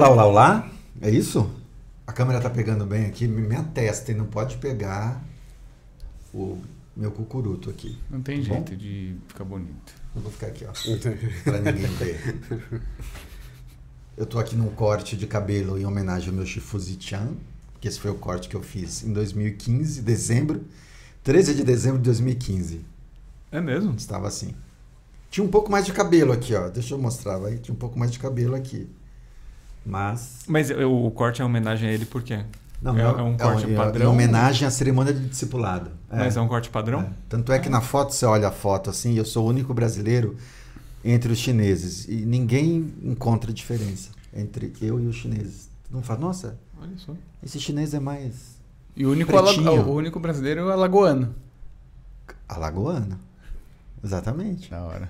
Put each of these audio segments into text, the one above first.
Olá, olá, olá. É isso? A câmera tá pegando bem aqui, minha testa, e não pode pegar o meu cucuruto aqui. Não tem jeito de ficar bonito. Eu vou ficar aqui, ó, pra ninguém ver. Eu tô aqui num corte de cabelo em homenagem ao meu Shifuzi-chan, que esse foi o corte que eu fiz em 2015, dezembro, 13 de dezembro de 2015. É mesmo? Estava assim. Tinha um pouco mais de cabelo aqui, ó. Deixa eu mostrar, vai. Tinha um pouco mais de cabelo aqui. Mas o corte é homenagem a ele por quê? não, é um corte padrão? Em homenagem à cerimônia de discipulado. Mas é um corte padrão? Tanto é que na foto, você olha a foto assim, eu sou o único brasileiro entre os chineses. E ninguém encontra diferença entre eu e os chineses. Não fala, nossa, olha só. Esse chinês é mais E o único, pretinho. o único brasileiro é alagoano. Alagoano. Exatamente. Da hora.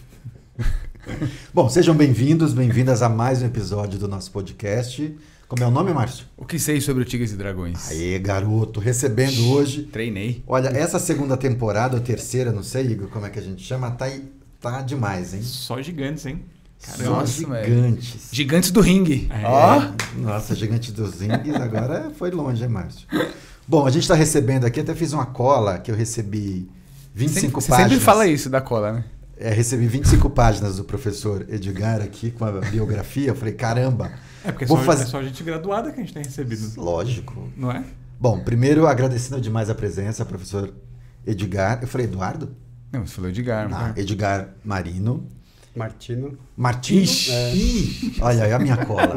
Bom, sejam bem-vindos, bem-vindas a mais um episódio do nosso podcast. Como é o nome, Márcio? O que sei sobre o Tigres e Dragões? Aê, garoto, recebendo hoje. Treinei. Olha, essa segunda temporada, ou terceira, não sei, Igor, como é que a gente chama, tá demais, hein? Só gigantes, hein? Só Nossa, gigantes. Gigantes do ringue. Ó, nossa, gigante dos rings, agora foi longe, hein, Márcio? Bom, a gente está recebendo aqui, até fiz uma cola que eu recebi 25 Você páginas. sempre fala isso da cola, né? Recebi 25 páginas do professor Edgar aqui com a biografia. Eu falei, caramba. É porque vou é fazer... só gente graduada que a gente tem recebido. Lógico. Não é? Bom, primeiro agradecendo demais a presença, professor Edgar. Eu falei Eduardo? Não, você falou Edgar. Edgar Marino. Martino. Ih, olha aí a minha cola.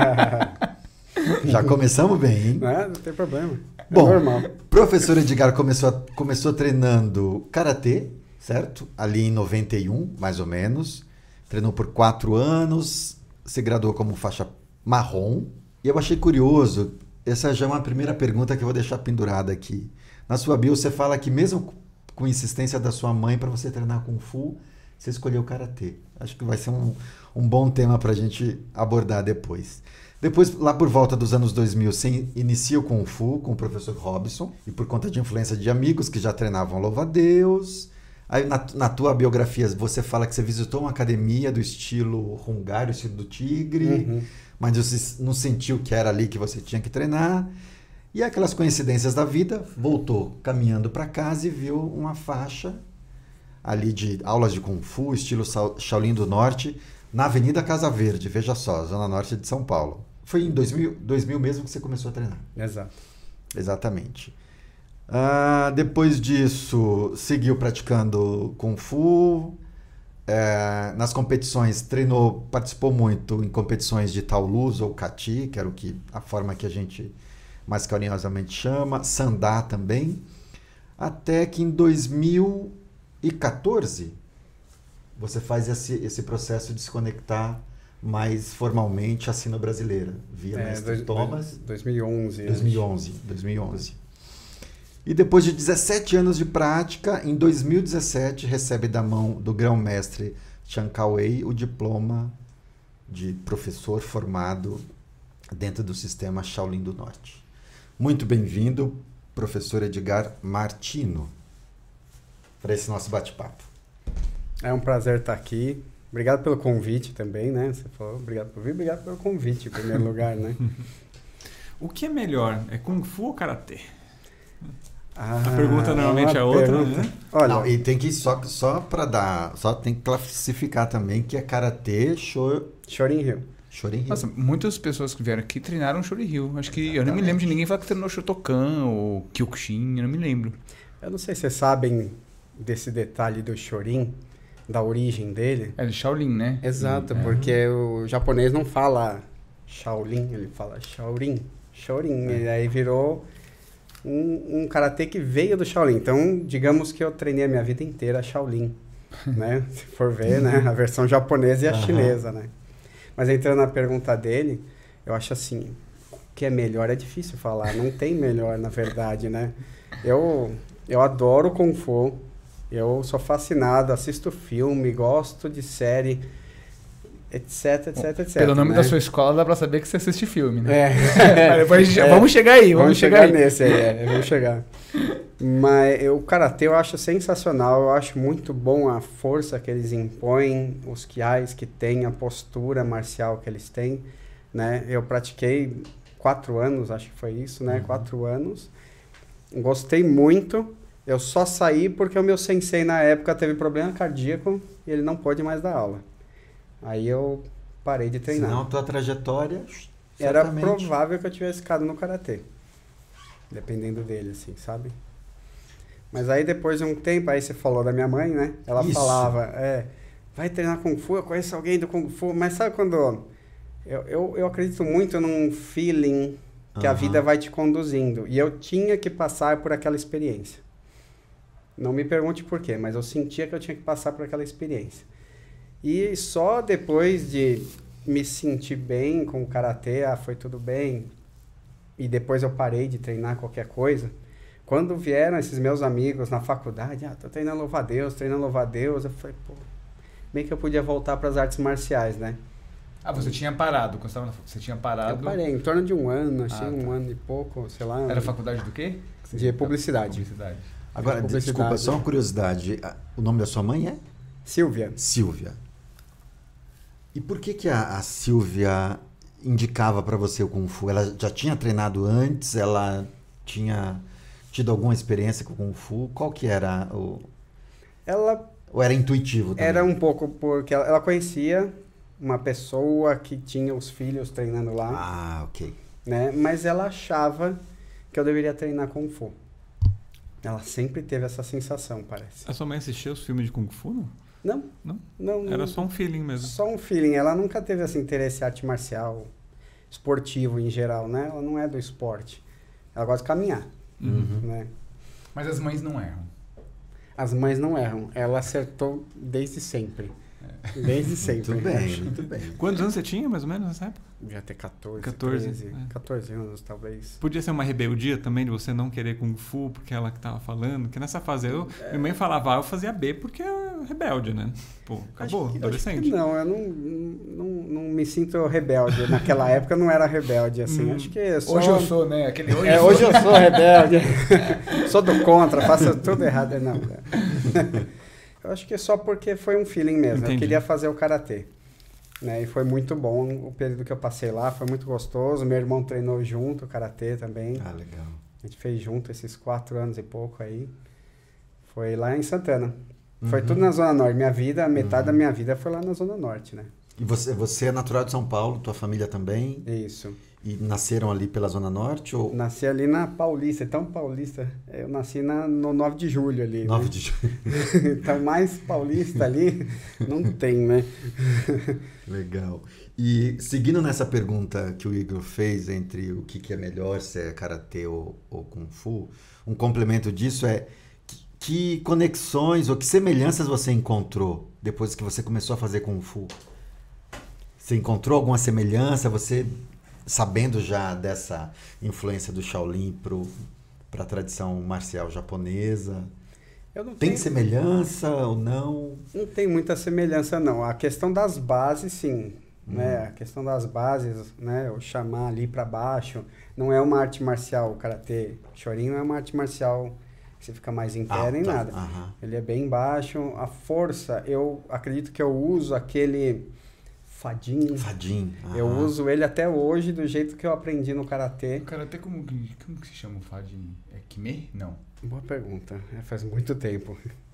Já começamos bem, hein? Não tem problema. Bom, normal. Professor Edgar começou treinando karatê, certo? Ali em 91, mais ou menos. Treinou por 4 anos, se graduou como faixa marrom. E eu achei curioso, essa já é uma primeira pergunta que eu vou deixar pendurada aqui. Na sua bio você fala que mesmo com insistência da sua mãe para você treinar Kung Fu, você escolheu karatê. Acho que vai ser um bom tema para a gente abordar depois. Depois, lá por volta dos anos 2000, você inicia o Kung Fu com o professor Robson, e por conta de influência de amigos que já treinavam louva-a-Deus. Aí na tua biografia você fala que você visitou uma academia do estilo Hungary, o estilo do tigre, mas você não sentiu que era ali que você tinha que treinar. E aquelas coincidências da vida, voltou caminhando para casa e viu uma faixa ali de aulas de Kung Fu, estilo Shaolin do Norte, na Avenida Casa Verde, veja só, Zona Norte de São Paulo. Foi em 2000 mesmo que você começou a treinar. Exato. Exatamente. Depois disso, seguiu praticando Kung Fu. Nas competições, participou muito em competições de Taolus ou Kati, que era a forma que a gente mais carinhosamente chama, Sandá também, até que em 2014 você faz esse processo de se conectar mais formalmente à Sino Brasileira, via Mestre Thomas. 2011. E depois de 17 anos de prática, em 2017 recebe da mão do grão-mestre Chan Kao-wei o diploma de professor formado dentro do sistema Shaolin do Norte. Muito bem-vindo, professor Edgar Martino, para esse nosso bate-papo. É um prazer estar aqui. Obrigado pelo convite também, né? Você falou, obrigado por vir, obrigado pelo convite, em primeiro lugar, né? O que é melhor? É Kung Fu ou Karatê? A pergunta normalmente é outra, né? Olha, não, e tem que só tem que classificar também que é Karatê, Shorin-ryu. Shorin-ryu. Nossa, muitas pessoas que vieram aqui treinaram Shorin-ryu. Acho que eu não me lembro de ninguém falar que treinou Shotokan ou Kyokushin, eu não me lembro. Eu não sei se vocês sabem desse detalhe do Shorin, da origem dele. É de Shaolin, né? Exato, porque o japonês não fala Shaolin, ele fala Shaorin. E aí virou um karatê que veio do Shaolin. Então, digamos que eu treinei a minha vida inteira Shaolin, né? Se for ver, né? A versão japonesa e a chinesa, né? Mas entrando na pergunta dele, eu acho assim, o que é melhor é difícil falar, não tem melhor, na verdade, né? Eu adoro Kung Fu, eu sou fascinado, assisto filme, gosto de série, etc. Pelo nome né? da sua escola dá pra saber que você assiste filme, né? Mas depois vamos chegar aí, vamos chegar nesse aí, vamos chegar. Mas o karatê eu acho sensacional, eu acho muito bom a força que eles impõem, os kiais que têm, a postura marcial que eles têm. né? Eu pratiquei 4 anos, acho que foi isso, né? 4 anos. Gostei muito. Eu só saí porque o meu sensei na época teve problema cardíaco e ele não pôde mais dar aula. Aí eu parei de treinar. Senão a tua trajetória, Era certamente... provável que eu tivesse ficado no karatê. Dependendo dele, assim, sabe? Mas aí depois de um tempo, aí você falou da minha mãe, né? Ela Isso. falava, vai treinar Kung Fu, eu conheço alguém do Kung Fu. Mas sabe quando... Eu acredito muito num feeling que a vida vai te conduzindo. E eu tinha que passar por aquela experiência. Não me pergunte por quê, mas eu sentia que eu tinha que passar por aquela experiência. E só depois de me sentir bem com o karatê, foi tudo bem, e depois eu parei de treinar qualquer coisa, quando vieram esses meus amigos na faculdade, tô treinando louva-a-Deus, eu falei, pô, bem que eu podia voltar para as artes marciais, né? Você tinha parado, quando você tinha parado... Eu parei, em torno de um ano, achei tá. um ano e pouco, sei lá. Era faculdade do quê? De publicidade. Publicidade. Agora, desculpa, só uma curiosidade. O nome da sua mãe é? Silvia. Silvia. E por que a Silvia indicava para você o Kung Fu? Ela já tinha treinado antes? Ela tinha tido alguma experiência com o Kung Fu? Qual que era o... Ou era intuitivo também? Era um pouco porque ela conhecia uma pessoa que tinha os filhos treinando lá. Ah, ok. Né? Mas ela achava que eu deveria treinar Kung Fu. Ela sempre teve essa sensação, parece. A sua mãe assistiu os filmes de Kung Fu, não? Não. Era só um feeling mesmo. Só um feeling. Ela nunca teve esse interesse em arte marcial, esportivo em geral, né? Ela não é do esporte. Ela gosta de caminhar, né? Mas as mães não erram. As mães não erram. Ela acertou desde sempre. Desde sempre. Muito bem, muito bem. Quantos anos você tinha, mais ou menos, nessa época? Já ter 14, 13, 14 anos, talvez. Podia ser uma rebeldia também de você não querer Kung Fu porque ela que tava falando. Que nessa fase minha mãe falava, eu fazia B porque é rebelde, né? Pô, acabou, adolescente. Acho que não, eu não me sinto rebelde. Naquela época eu não era rebelde, assim. Acho que hoje eu sou, né? Hoje eu sou rebelde. Sou do contra, faço tudo errado. Não. Eu acho que é só porque foi um feeling mesmo. Entendi. Eu queria fazer o karatê. Né? E foi muito bom o período que eu passei lá, foi muito gostoso. Meu irmão treinou junto o karatê também. Ah, legal. A gente fez junto esses 4 anos e pouco aí. Foi lá em Santana. Foi tudo na Zona Norte. Minha vida, metade da minha vida foi lá na Zona Norte, né? E você é natural de São Paulo, tua família também? Isso. E nasceram ali pela Zona Norte? Ou... Nasci ali na Paulista, tão paulista. Eu nasci no 9 de julho ali. 9 né? de julho. Então, mais paulista ali, não tem, né? Legal. E seguindo nessa pergunta que o Igor fez entre o que é melhor, se é karatê ou Kung Fu, um complemento disso é que conexões ou que semelhanças você encontrou depois que você começou a fazer Kung Fu? Você encontrou alguma semelhança? Você, sabendo já dessa influência do Shaolin para a tradição marcial japonesa, tem semelhança ou não? Não tem muita semelhança, não. A questão das bases, sim. Né? A questão das bases, né? O chamar ali para baixo, não é uma arte marcial. O karatê Shorin não é uma arte marcial que você fica mais em pé nem nada. Ele é bem baixo. A força, eu acredito que eu uso aquele... Fadin. Eu uso ele até hoje do jeito que eu aprendi no karatê. O karatê, como que se chama o Fadin? É Kime? Não. Boa pergunta. Faz muito tempo.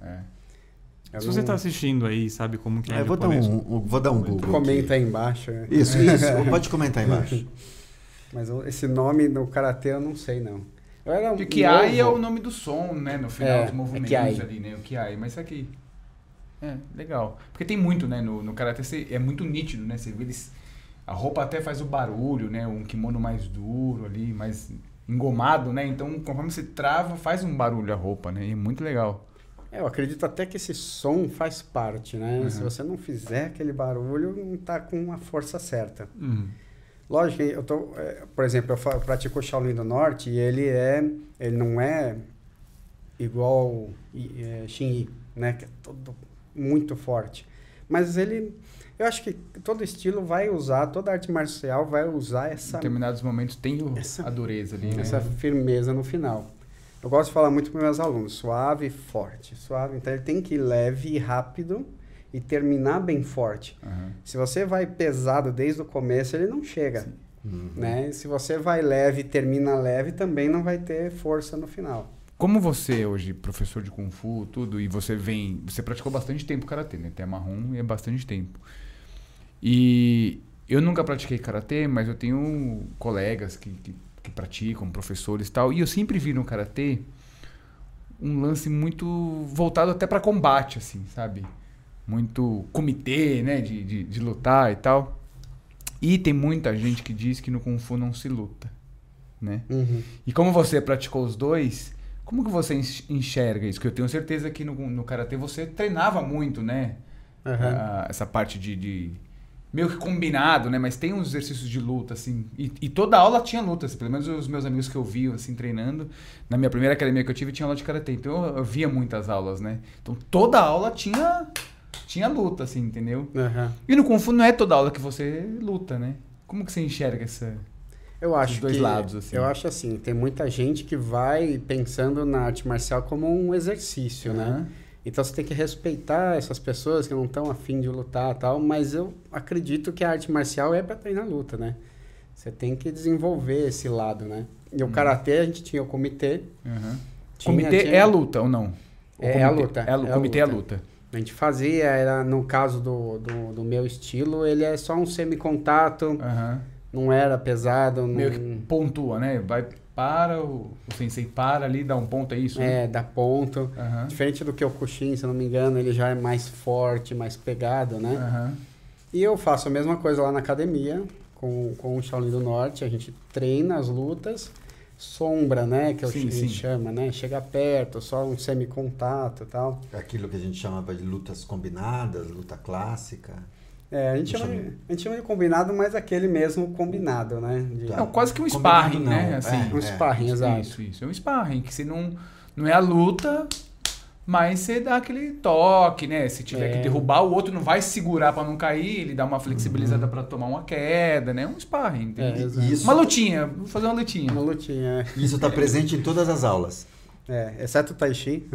Se você está assistindo aí, sabe como que é vou dar um Google. Comenta aí embaixo. Isso. Pode comentar aí embaixo. Mas esse nome no karatê eu não sei, não. O Kiai é o nome do som, né? No final dos movimentos ali, né? O Kiai. Mas isso aqui... legal. Porque tem muito, né? No karatê é muito nítido, né? Você vê eles... A roupa até faz o barulho, né? Um kimono mais duro ali, mais engomado, né? Então, conforme você trava, faz um barulho a roupa, né? E é muito legal. Eu acredito até que esse som faz parte, né? Se você não fizer aquele barulho, não tá com a força certa. Lógico que por exemplo, eu pratico o Shaolin do Norte e ele não é igual Xingyi, né? Que é todo muito forte. Mas eu acho que todo estilo vai usar, toda arte marcial vai usar essa... Em determinados momentos tem a dureza ali, né? Essa firmeza no final. Eu gosto de falar muito para meus alunos, suave e forte. Suave, então ele tem que ir leve e rápido e terminar bem forte. Se você vai pesado desde o começo, ele não chega. Né? Se você vai leve e termina leve, também não vai ter força no final. Como você hoje, professor de Kung Fu, tudo, e você praticou bastante tempo Karatê, né? Até marrom e é bastante tempo. E eu nunca pratiquei Karatê, mas eu tenho colegas que praticam, professores e tal, e eu sempre vi no Karatê um lance muito voltado até para combate, assim, sabe? Muito comitê, né? De lutar e tal. E tem muita gente que diz que no Kung Fu não se luta, né? E como você praticou os dois, como que você enxerga isso? Porque eu tenho certeza que no Karatê você treinava muito, né? Essa parte de meio que combinado, né? Mas tem uns exercícios de luta, assim. E toda aula tinha luta, assim. Pelo menos os meus amigos que eu vi, assim, treinando. Na minha primeira academia que eu tive, tinha aula de Karatê. Então eu via muitas aulas, né? Então toda aula tinha luta, assim, entendeu? E no Kung Fu não é toda aula que você luta, né? Como que você enxerga esses dois lados, assim? Eu acho assim, tem muita gente que vai pensando na arte marcial como um exercício, né? Então você tem que respeitar essas pessoas que não estão a fim de lutar e tal, mas eu acredito que a arte marcial é para treinar luta, né? Você tem que desenvolver esse lado, né? E o Karatê, a gente tinha o comitê. Comitê é a luta ou não? É a luta. O comitê é a luta. A gente fazia, no caso do meu estilo, ele é só um semi-contato, não era pesado. Meio que pontua, né? O sensei para ali, dá um ponto, é isso? É, dá ponto. Diferente do que o Kyokushin, se eu não me engano, ele já é mais forte, mais pegado, né? E eu faço a mesma coisa lá na academia, com o Shaolin do Norte, a gente treina as lutas, sombra, né, que a gente chama, né, chega perto, só um semi-contato e tal. Aquilo que a gente chama de lutas combinadas, luta clássica. A gente chama de combinado, mas aquele mesmo combinado, né? É quase que um sparring, né? Assim, um sparring, exato. Isso. É um sparring, que você não é a luta, mas você dá aquele toque, né? Se tiver que derrubar, o outro não vai segurar para não cair, ele dá uma flexibilizada para tomar uma queda, né? Um sparring, entendeu? Uma lutinha, vou fazer uma lutinha. Uma lutinha, Isso está presente em todas as aulas. Exceto o Tai Chi.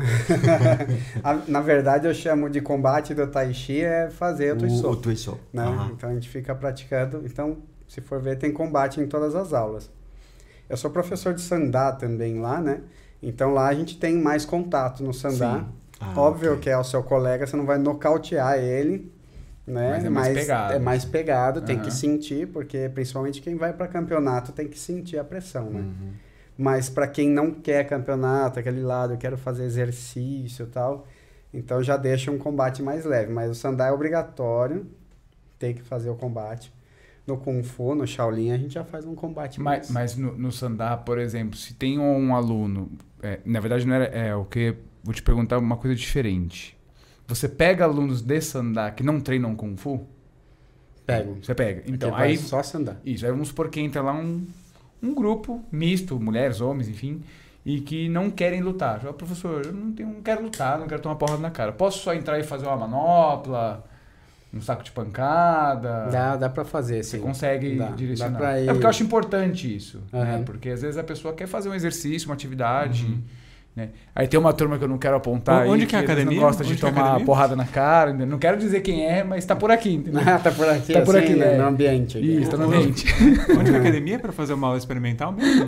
Na verdade, eu chamo de combate do Tai Chi fazer o Tui So. Né? Então, a gente fica praticando. Então, se for ver, tem combate em todas as aulas. Eu sou professor de Sandá também lá, né? Então, lá a gente tem mais contato no Sandá. Óbvio que é o seu colega, você não vai nocautear ele, né? Mas é mais pegado. É mais pegado, tem que sentir, porque principalmente quem vai para campeonato tem que sentir a pressão, né? Mas para quem não quer campeonato, aquele lado, eu quero fazer exercício e tal, então já deixa um combate mais leve. Mas o Sandá é obrigatório, tem que fazer o combate. No Kung Fu, no Shaolin, a gente já faz um combate mais... Mas no Sandá, por exemplo, se tem um aluno... na verdade, não era... o que vou te perguntar uma coisa diferente. Você pega alunos de Sandá que não treinam Kung Fu? Pego. Você pega. Então, aí só Sandá. Isso, aí vamos supor que entra lá um grupo misto, mulheres, homens, enfim, e que não querem lutar. Fala, professor, eu não quero lutar, não quero tomar porrada na cara. Posso só entrar e fazer uma manopla, um saco de pancada? Dá pra fazer, sim. Você consegue direcionar. Dá pra ir. Porque eu acho importante isso, né? Porque às vezes a pessoa quer fazer um exercício, uma atividade... Né? Aí tem uma turma que eu não quero apontar. Onde que é a academia? Não gosta de tomar porrada na cara. Não quero dizer quem é, mas tá por aqui, entendeu? Tá por aqui, tá por aqui, né? No ambiente. Isso, tá no ambiente. Onde que é a academia para fazer uma aula experimental mesmo?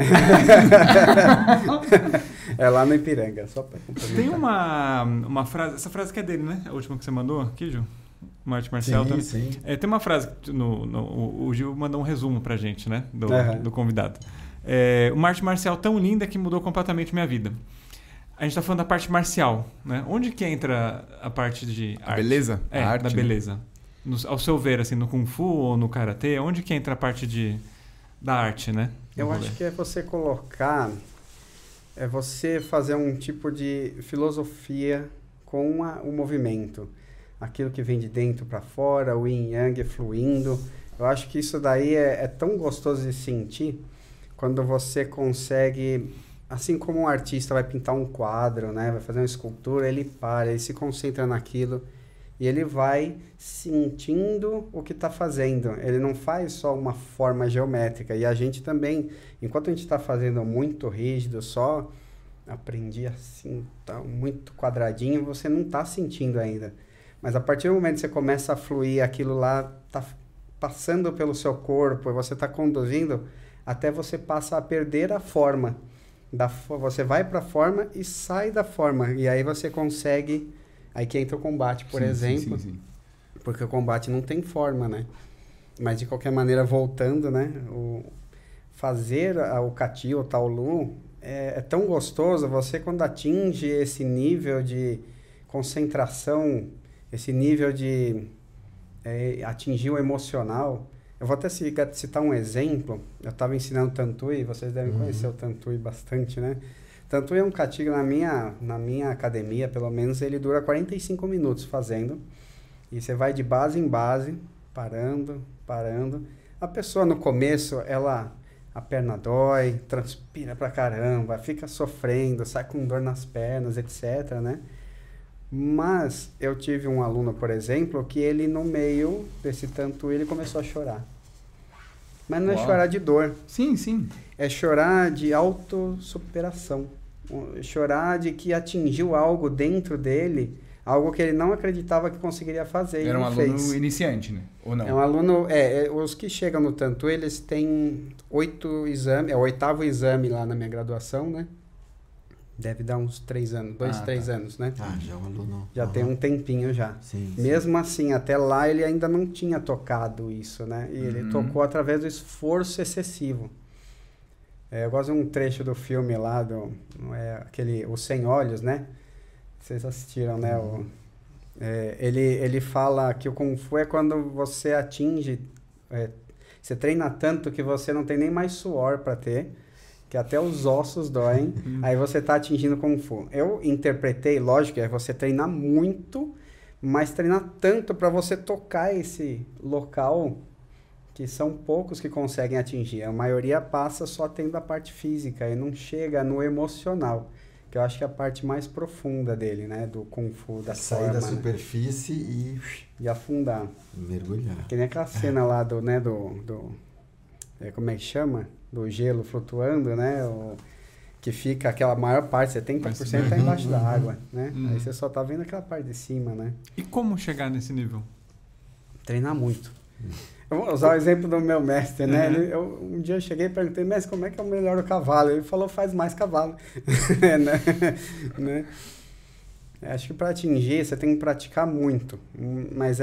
É lá no Ipiranga, só pra complementar. Tem uma frase, essa frase que é dele, né? A última que você mandou aqui, Gil? Uma arte marcial também. Sim. Tem uma frase, o Gil mandou um resumo pra gente, né? Do convidado. Uma arte marcial tão linda que mudou completamente minha vida. A gente está falando da parte marcial, né? Onde que entra a parte de arte? A beleza? A arte, da beleza. Ao seu ver, assim, no Kung Fu ou no Karatê, onde que entra a parte da arte, né? Eu acho que é você colocar... É você fazer um tipo de filosofia com o movimento. Aquilo que vem de dentro para fora, o yin yang fluindo. Eu acho que isso daí é tão gostoso de sentir quando você consegue... Assim como um artista vai pintar um quadro, né? Vai fazer uma escultura, ele se concentra naquilo e ele vai sentindo o que está fazendo. Ele não faz só uma forma geométrica. E a gente também, enquanto a gente está fazendo muito rígido, só aprendi assim, tá muito quadradinho, você não está sentindo ainda. Mas a partir do momento que você começa a fluir, aquilo lá tá passando pelo seu corpo, você está conduzindo, até você passa a perder a forma. Você vai para a forma e sai da forma. E aí você consegue... Aí que entra o combate, por exemplo. Sim. Porque o combate não tem forma, né? Mas, de qualquer maneira, voltando, né? Fazer o Kati, o Taolu, é tão gostoso. Você, quando atinge esse nível de concentração, esse nível de atingir o emocional... Eu vou até citar um exemplo. Eu estava ensinando Tantui, vocês devem conhecer o Tantui bastante, né? Tantui é um Kati na minha academia, pelo menos, ele dura 45 minutos fazendo. E você vai de base em base, parando. A pessoa, no começo, a perna dói, transpira pra caramba, fica sofrendo, sai com dor nas pernas, etc, né? Mas eu tive um aluno, por exemplo, que ele, no meio desse Tantui, ele começou a chorar. Mas não é chorar de dor. Sim. É chorar de autossuperação. Chorar de que atingiu algo dentro dele, algo que ele não acreditava que conseguiria fazer. Era um aluno iniciante, né? Ou não? É um aluno... os que chegam no Tantui, eles têm 8 exames... É o 8º exame lá na minha graduação, né? Deve dar uns 3 anos, 3 anos, né? Já é um aluno. Já tem um tempinho já. Sim. Mesmo assim, até lá ele ainda não tinha tocado isso, né? E ele tocou através do esforço excessivo. Eu gosto de um trecho do filme lá, o Sem Olhos, né? Vocês assistiram, né? Ele fala que o Kung Fu é quando você atinge... você treina tanto que você não tem nem mais suor para ter, que até os ossos doem, aí você está atingindo Kung Fu. Eu interpretei, lógico, você treinar muito, mas treinar tanto para você tocar esse local que são poucos que conseguem atingir. A maioria passa só tendo a parte física e não chega no emocional, que eu acho que é a parte mais profunda dele, né? Do Kung Fu, da sair forma, da superfície e afundar. Mergulhar. Que nem aquela cena lá como é que chama? Do gelo flutuando, né? Que fica aquela maior parte, 70% está embaixo da água, né? Aí você só tá vendo aquela parte de cima, né? E como chegar nesse nível? Treinar muito. Eu vou usar o exemplo do meu mestre, né? Um dia eu cheguei e perguntei, mestre, como é que eu melhoro o cavalo? Ele falou, faz mais cavalo. né? Acho que para atingir, você tem que praticar muito. Mas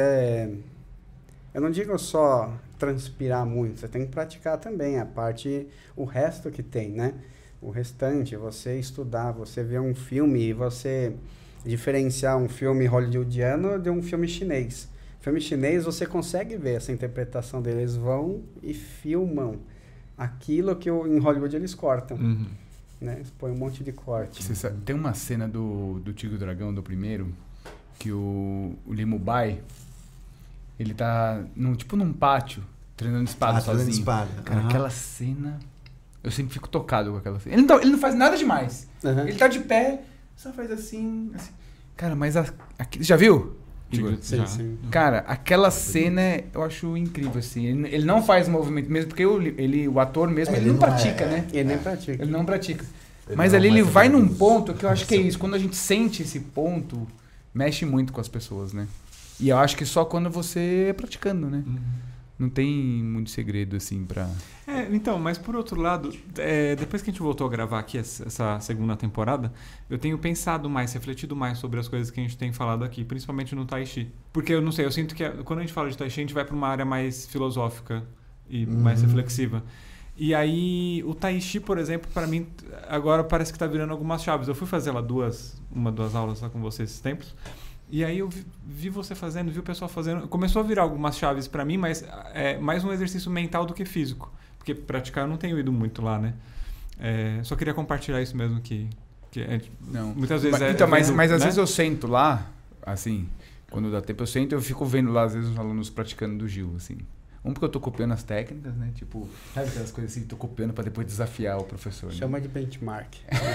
eu não digo só transpirar muito, você tem que praticar também o resto que tem, né? O restante, você estudar, você ver um filme e você diferenciar um filme hollywoodiano de um filme chinês. Filme chinês, você consegue ver essa interpretação deles. Eles vão e filmam aquilo que em Hollywood eles cortam. Né? Eles põem um monte de corte. Você sabe, tem uma cena do Tigre e o Dragão, do primeiro, que o Limubai, ele tá num pátio, treinando espada sozinho. Espada. Cara, aquela cena... Eu sempre fico tocado com aquela cena. Ele não faz nada demais. Ele tá de pé, só faz assim... Cara, mas... já viu? Sim. Cara, aquela cena eu acho incrível, assim. Ele não faz movimento mesmo, porque o ator mesmo, ele não pratica, né? Ele nem pratica. Ele não pratica. Mas ali ele vai num ponto que eu acho que é isso. Quando a gente sente esse ponto, mexe muito com as pessoas, né? E eu acho que só quando você é praticando, né? Não tem muito segredo, assim, pra... Então, mas por outro lado, depois que a gente voltou a gravar aqui essa segunda temporada, eu tenho pensado mais, refletido mais sobre as coisas que a gente tem falado aqui, principalmente no Tai Chi. Porque eu não sei, eu sinto que quando a gente fala de Tai Chi, a gente vai para uma área mais filosófica e mais reflexiva. E aí, o Tai Chi, por exemplo, para mim, agora parece que está virando algumas chaves. Eu fui fazer lá duas aulas lá com você esses tempos. E aí eu vi você fazendo, vi o pessoal fazendo. Começou a virar algumas chaves para mim, mas é mais um exercício mental do que físico. Porque praticar eu não tenho ido muito lá, né? Só queria compartilhar isso mesmo não. Muitas vezes mas às vezes eu sento lá, assim, quando dá tempo eu sento, eu fico vendo lá às vezes os alunos praticando do Gil, assim. Porque eu tô copiando as técnicas, né? Tipo, sabe aquelas coisas assim, tô copiando para depois desafiar o professor. Chama de benchmark.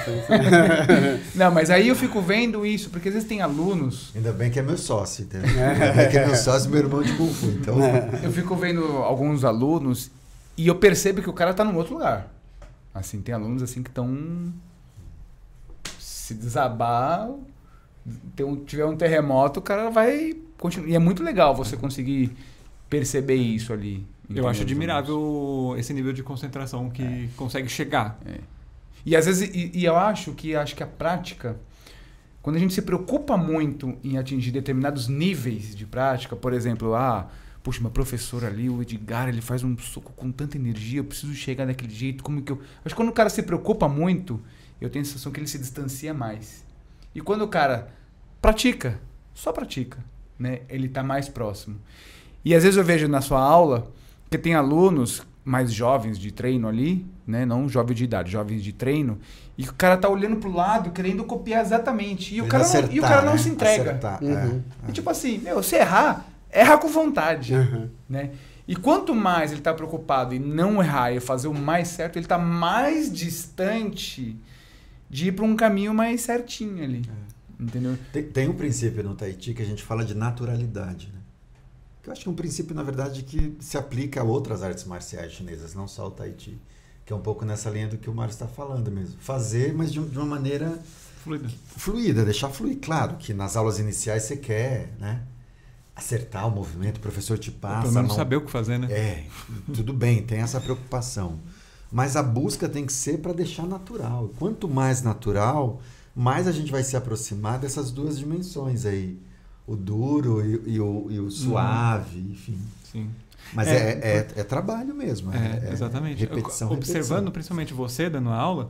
Não, mas aí eu fico vendo isso, porque às vezes tem alunos... Ainda bem que é meu sócio, entendeu? Ainda bem que é meu sócio e meu irmão de Kung Fu, então... Eu fico vendo alguns alunos e eu percebo que o cara tá num outro lugar. Assim, tem alunos assim que estão... Se desabar, tiver um terremoto, o cara vai E é muito legal você conseguir perceber isso ali. Eu acho admirável esse nível de concentração que consegue chegar. E às vezes, eu acho que a prática, quando a gente se preocupa muito em atingir determinados níveis de prática, por exemplo, puxa, meu professor ali, o Edgar, ele faz um soco com tanta energia, eu preciso chegar daquele jeito, como que eu... Acho que quando o cara se preocupa muito, eu tenho a sensação que ele se distancia mais. E quando o cara pratica, só pratica, né? Ele está mais próximo. E às vezes eu vejo na sua aula que tem alunos mais jovens de treino ali, né? Não jovens de idade, jovens de treino, e o cara tá olhando pro lado, querendo copiar exatamente. E o cara não se entrega. E tipo assim, se erra com vontade. Né? E quanto mais ele tá preocupado em não errar e fazer o mais certo, ele tá mais distante de ir para um caminho mais certinho ali. Entendeu? Tem um princípio no Tai Chi que a gente fala de naturalidade, né? Que eu acho que é um princípio, na verdade, que se aplica a outras artes marciais chinesas, não só o Tai Chi. Que é um pouco nessa linha do que o Mário está falando mesmo. Fazer, mas de uma maneira fluida, deixar fluir. Claro que nas aulas iniciais você quer, né, acertar o movimento, o professor te passa. Pelo menos saber o que fazer, né? Tudo bem, tem essa preocupação. Mas a busca tem que ser para deixar natural. Quanto mais natural, mais a gente vai se aproximar dessas duas dimensões aí. O duro e o suave, enfim. Sim. Mas é trabalho mesmo. Exatamente. Repetição, observando principalmente você dando aula,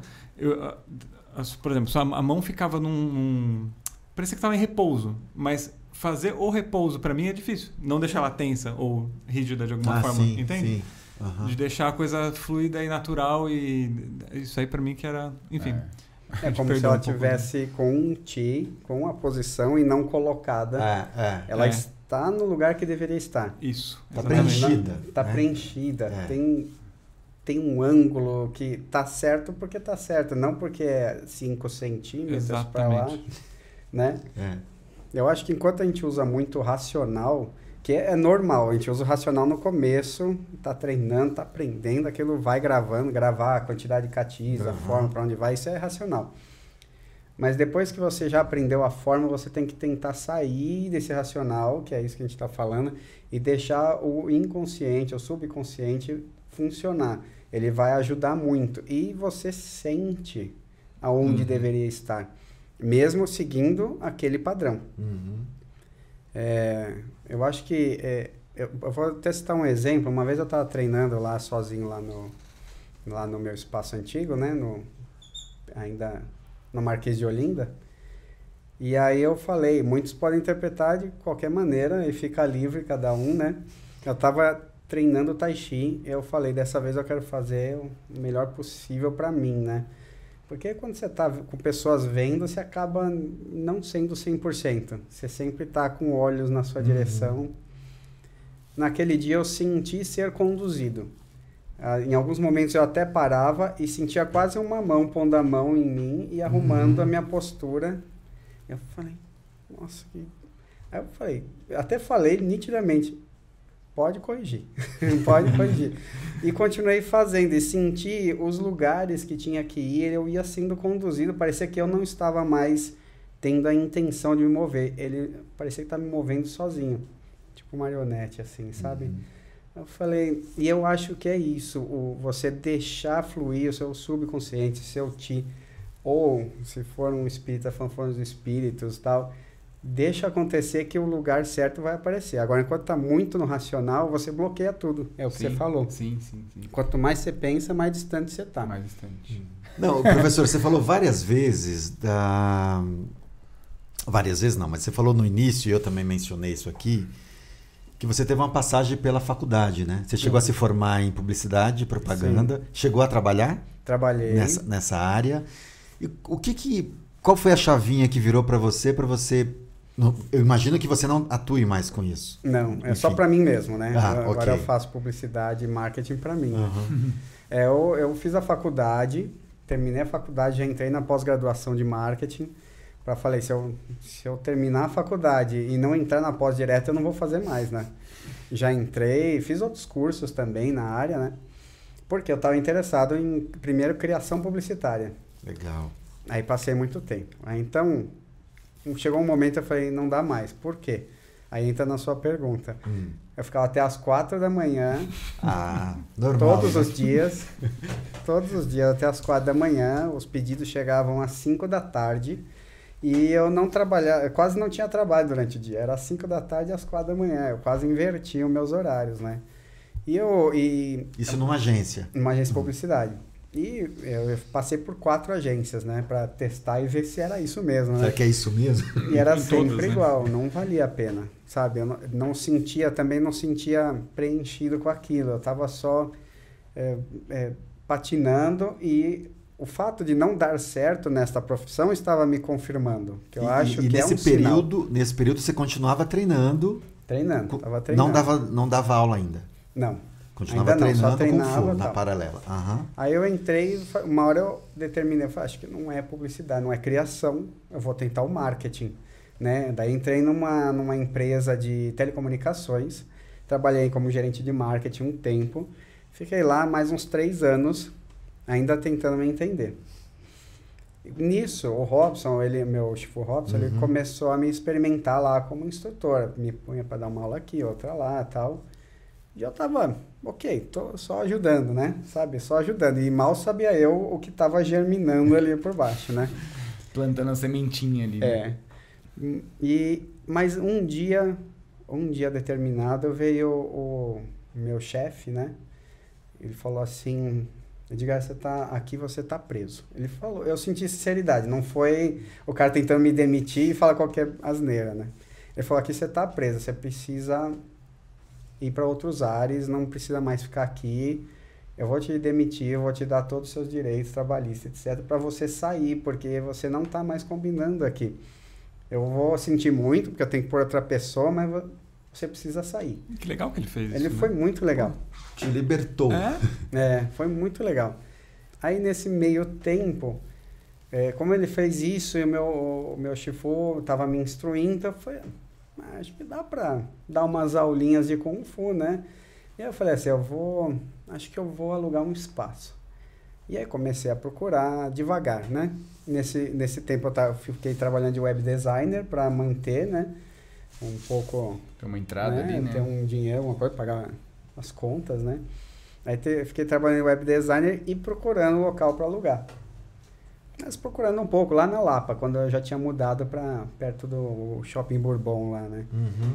por exemplo, a mão ficava parecia que estava em repouso, mas fazer o repouso para mim é difícil. Não deixar ela tensa ou rígida de alguma forma, sim, entende? Sim. Uhum. De deixar a coisa fluida e natural, e isso aí para mim que era, enfim. É como se ela tivesse com um Chi, com a posição e não colocada. Ela está no lugar que deveria estar. Isso. Está preenchida. Está preenchida. Tem um ângulo que está certo porque está certo, não porque é 5 centímetros para lá. Né? Eu acho que enquanto a gente usa muito o racional, que é normal, a gente usa o racional no começo, está treinando, está aprendendo, aquilo vai gravar a quantidade de catis, a forma para onde vai, isso é racional. Mas depois que você já aprendeu a forma, você tem que tentar sair desse racional, que é isso que a gente está falando, e deixar o inconsciente, o subconsciente funcionar. Ele vai ajudar muito. E você sente aonde deveria estar, mesmo seguindo aquele padrão. Eu acho que... eu vou até citar um exemplo. Uma vez eu estava treinando lá sozinho, lá no meu espaço antigo, né? Ainda no Marquês de Olinda. E aí eu falei, muitos podem interpretar de qualquer maneira e fica livre cada um, né? Eu estava treinando Tai Chi, eu falei, dessa vez eu quero fazer o melhor possível para mim, né? Porque quando você está com pessoas vendo, você acaba não sendo 100%. Você sempre está com olhos na sua direção. Naquele dia eu senti ser conduzido. Em alguns momentos eu até parava e sentia quase uma mão pondo a mão em mim e arrumando a minha postura. Eu falei, nossa, Aí eu falei, até falei nitidamente, pode corrigir, pode corrigir. E continuei fazendo e senti os lugares que tinha que ir, eu ia sendo conduzido, parecia que eu não estava mais tendo a intenção de me mover, ele parecia que estava me movendo sozinho, tipo marionete assim, sabe? Eu falei, e eu acho que é isso, você deixar fluir o seu subconsciente, seu Chi, ou se for um espírita, fanfone dos espíritos e tal, deixa acontecer que o lugar certo vai aparecer. Agora, enquanto está muito no racional, você bloqueia tudo. É o que você falou. Sim. Quanto mais você pensa, mais distante você está. Mais distante. Não, professor, você falou várias vezes Várias vezes não, mas você falou no início, e eu também mencionei isso aqui, que você teve uma passagem pela faculdade, né? Você chegou a se formar em publicidade e propaganda. Sim. Chegou a trabalhar? Trabalhei. Nessa área. E qual foi a chavinha que virou para você? Eu imagino que você não atue mais com isso. Não, é só para mim mesmo, né? Agora eu faço publicidade e marketing para mim. Eu fiz a faculdade, terminei a faculdade, já entrei na pós-graduação de marketing. Falei, se eu terminar a faculdade e não entrar na pós direto, eu não vou fazer mais, né? Já entrei, fiz outros cursos também na área, né? Porque eu estava interessado em, primeiro, criação publicitária. Legal. Aí passei muito tempo. Aí, então, chegou um momento eu falei, não dá mais. Por quê? Aí entra na sua pergunta. Eu ficava até as 4 da manhã. Normal. Todos os dias. Todos os dias, até as 4 da manhã. Os pedidos chegavam às 5 da tarde. E eu não trabalhava, eu quase não tinha trabalho durante o dia. Era às 5 da tarde e às 4 da manhã. Eu quase invertia os meus horários, né? Isso numa agência? Numa agência de publicidade. E eu passei por 4 agências, né? Para testar e ver se era isso mesmo, né? Será que é isso mesmo? E era sempre igual, não valia a pena, sabe? Eu não sentia preenchido com aquilo. Eu estava só patinando e o fato de não dar certo nesta profissão estava me confirmando. Que eu acho que nesse é um sinal. Nesse período você continuava treinando? Estava treinando. Não dava aula ainda? Não. Continuava treinando Kung Fu na paralela. Aí eu entrei, uma hora eu determinei, eu falei, acho que não é publicidade, não é criação, eu vou tentar o marketing, né? Daí entrei numa empresa de telecomunicações, trabalhei como gerente de marketing um tempo, fiquei lá mais uns 3 anos, ainda tentando me entender. Nisso, o Robson, meu Chifu Robson, ele começou a me experimentar lá como instrutor, me punha para dar uma aula aqui, outra lá e tal. E eu tava, tô só ajudando, né? Sabe? Só ajudando. E mal sabia eu o que tava germinando ali por baixo, né? Plantando a sementinha ali. Né? Mas um dia determinado, veio o meu chefe, né? Ele falou assim, Edgar, você tá preso. Ele falou, eu senti sinceridade, não foi o cara tentando me demitir e falar qualquer asneira, né? Ele falou, aqui você tá preso, você precisa ir para outros ares, não precisa mais ficar aqui, eu vou te demitir, eu vou te dar todos os seus direitos trabalhistas, etc, para você sair, porque você não está mais combinando aqui. Eu vou sentir muito, porque eu tenho que pôr outra pessoa, mas você precisa sair. Que legal que ele fez isso. Ele foi muito legal. Te libertou. Foi muito legal. Aí nesse meio tempo, como ele fez isso e o meu Chifu estava me instruindo, eu falei, acho que dá para dar umas aulinhas de Kung Fu, né? E aí eu falei assim, acho que eu vou alugar um espaço. E aí comecei a procurar devagar, né? Nesse tempo eu fiquei trabalhando de web designer para manter, né? Um pouco... Ter uma entrada ali, né? Ter um dinheiro, uma coisa, pagar as contas, né? Aí fiquei trabalhando de web designer e procurando um local para alugar. Mas procurando um pouco, lá na Lapa, quando eu já tinha mudado para perto do Shopping Bourbon lá, né?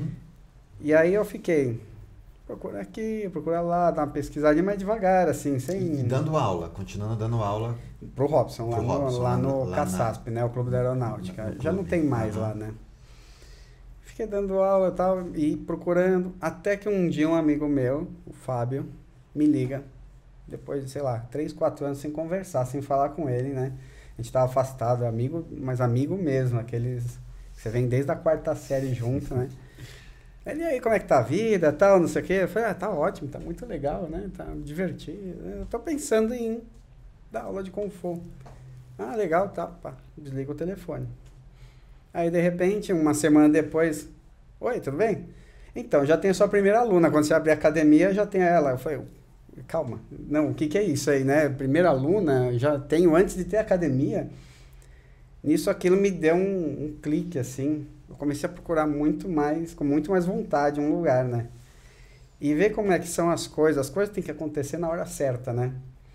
E aí eu fiquei, procura aqui, procura lá, dar uma pesquisadinha mais devagar, assim, sem... E dando aula, continuando dando aula... Pro Robson, lá no CASASP, né? O Clube da Aeronáutica. Já não tem mais lá, né? Fiquei dando aula e tal, e procurando, até que um dia um amigo meu, o Fábio, me liga, depois de, 3, 4 anos sem conversar, sem falar com ele, né? A gente tava afastado, mas amigo mesmo, aqueles que você vem desde a 4ª série junto, né? Ele, e aí, como é que tá a vida, tal, não sei o quê? Eu falei, tá ótimo, tá muito legal, né? Tá divertido. Eu tô pensando em dar aula de Kung Fu. Ah, legal, tá, pá, desliga o telefone. Aí, de repente, uma semana depois, oi, tudo bem? Então, já tem a sua primeira aluna, quando você abrir a academia, já tem ela. Eu falei, calma, não, o que é isso aí, né? Primeira aluna, já tenho antes de ter academia. Nisso, aquilo me deu um clique, assim. Eu comecei a procurar com muito mais vontade um lugar, né? E ver como é que são as coisas têm que acontecer na hora certa, né?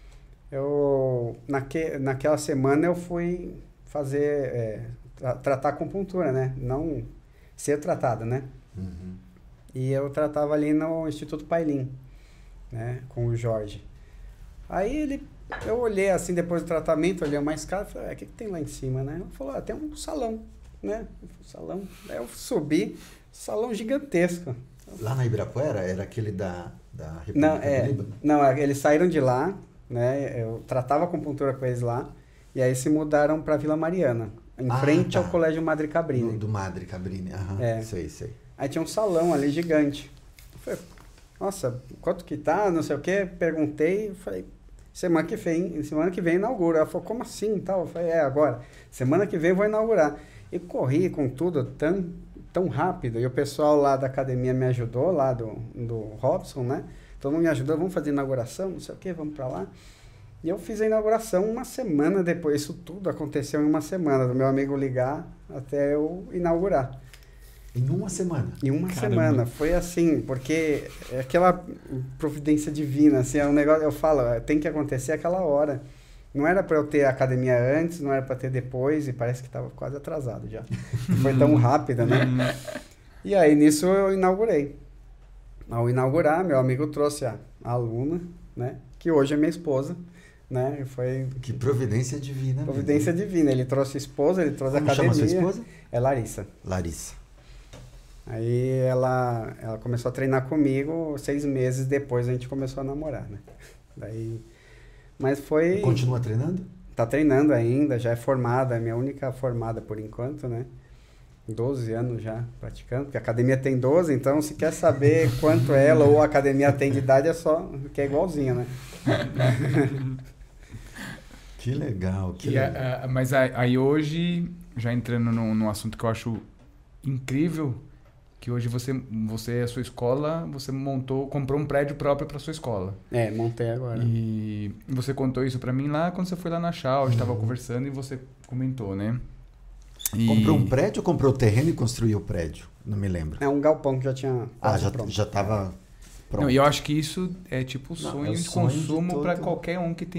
Naquela semana eu fui fazer, tratar acupuntura, né? Não ser tratado, né? E eu tratava ali no Instituto Pailin, né? Com o Jorge. Aí eu olhei assim, depois do tratamento, olhei uma escada e falei, o que tem lá em cima, né? Ele falou, tem um salão, né? Salão. Aí eu subi, salão gigantesco. Lá na Ibirapuera? Era aquele da República do Líbano? Não, eles saíram de lá, né? Eu tratava acupuntura com eles lá, e aí se mudaram para Vila Mariana, em frente ao Colégio Madre Cabrini. Do Madre Cabrini, sei. Aí tinha um salão ali gigante. Eu falei, nossa, quanto que tá, não sei o quê. Perguntei, falei, semana que vem inaugura. Ela falou, como assim, tal? Eu falei, agora. Semana que vem eu vou inaugurar. E corri com tudo tão rápido. E o pessoal lá da academia me ajudou, lá do Robson, né? Todo mundo me ajudou, vamos fazer inauguração, não sei o quê, vamos para lá. E eu fiz a inauguração uma semana depois. Isso tudo aconteceu em uma semana, do meu amigo ligar até eu inaugurar. Em uma semana? Em uma semana. Foi assim, porque é aquela providência divina, assim, é um negócio, eu falo, tem que acontecer aquela hora. Não era para eu ter academia antes, não era para ter depois, e parece que estava quase atrasado já. Foi tão rápida, né? E aí, nisso, eu inaugurei. Ao inaugurar, meu amigo trouxe a aluna, né? Que hoje é minha esposa, né? Foi... Que providência divina. Providência divina. Ele trouxe a esposa, ele trouxe a academia. Como chama sua esposa? É Larissa. Larissa. Aí ela começou a treinar comigo, 6 meses depois a gente começou a namorar, né? Daí... Mas foi... Continua treinando? Tá treinando ainda, já é formada, é minha única formada por enquanto, né? 12 anos já praticando, porque a academia tem 12, então se quer saber quanto ela ou a academia tem de idade, é só que é igualzinha, né? Que legal, que legal. Mas aí hoje, já entrando num assunto que eu acho incrível, que hoje você a sua escola, você comprou um prédio próprio para sua escola. É, montei agora. E você contou isso para mim lá quando você foi lá na Shaw, a gente estava conversando e você comentou, né? Comprou um prédio ou comprou o terreno e construiu o prédio? Não me lembro. É um galpão que já tinha já estava pronto. Não, e eu acho que isso é tipo o sonho de consumo para qualquer um que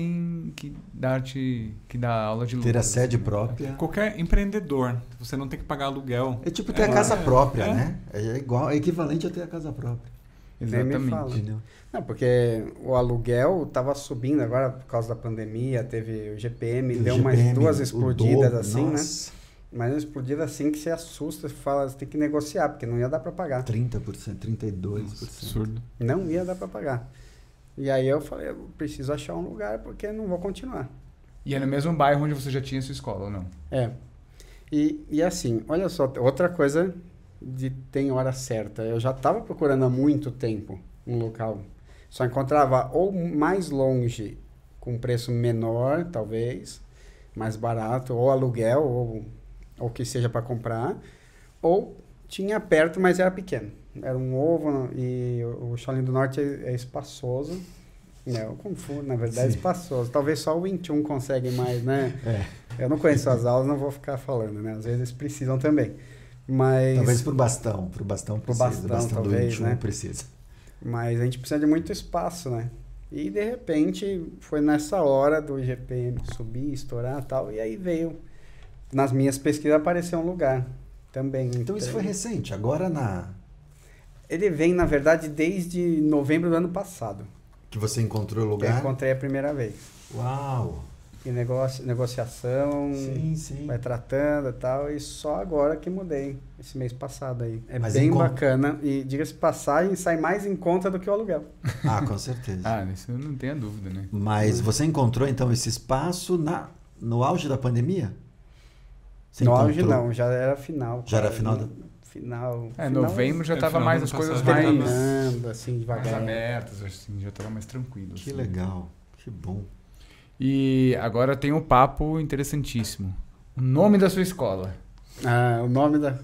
dá aula de luz. Ter a sede própria. Qualquer empreendedor, você não tem que pagar aluguel. É tipo ter a casa própria, né? É igual, é equivalente a ter a casa própria. Exatamente. Não, porque o aluguel estava subindo agora por causa da pandemia, teve o GPM, deu umas 2 explodidas assim, nossa. Né? Mas uma explodida assim que você assusta, você fala, você tem que negociar, porque não ia dar para pagar. 30%, 32%. Absurdo. Não ia dar para pagar. E aí eu falei, eu preciso achar um lugar porque não vou continuar. E é no mesmo bairro onde você já tinha sua escola, ou não? É. E assim, olha só, outra coisa de tem hora certa. Eu já estava procurando há muito tempo um local. Só encontrava ou mais longe, com preço menor, talvez, mais barato, ou aluguel, ou que seja para comprar, ou tinha perto, mas era pequeno. Era um ovo e o Shaolin do Norte é espaçoso. O Kung Fu, na verdade, é espaçoso. Talvez só o Wing Chun consegue mais, né? Eu não conheço as aulas, não vou ficar falando, né? Às vezes eles precisam também. Mas... Talvez pro bastão precisa. Pro bastão talvez, do Wing Chun, né? Precisa. Mas a gente precisa de muito espaço, né? E, de repente, foi nessa hora do IGPM subir, estourar e tal. E aí veio, nas minhas pesquisas, apareceu um lugar também. Então isso foi recente, agora Ele vem, na verdade, desde novembro do ano passado. Que você encontrou o lugar? Eu encontrei a primeira vez. Uau! E negociação, sim. vai tratando e tal. E só agora que mudei, esse mês passado aí. É Mas bem bacana. E, diga-se passagem, sai mais em conta do que o aluguel. Com certeza. Isso eu não tenho dúvida, né? Mas você encontrou, então, esse espaço no auge da pandemia? Auge não, já era final. Já era final da... Final. Novembro já estava mais as coisas mais assim, devagar. Mais abertas, assim, já estava mais tranquilo. Que assim. legal, que bom. E agora tem um papo interessantíssimo. O nome da sua escola. O nome da...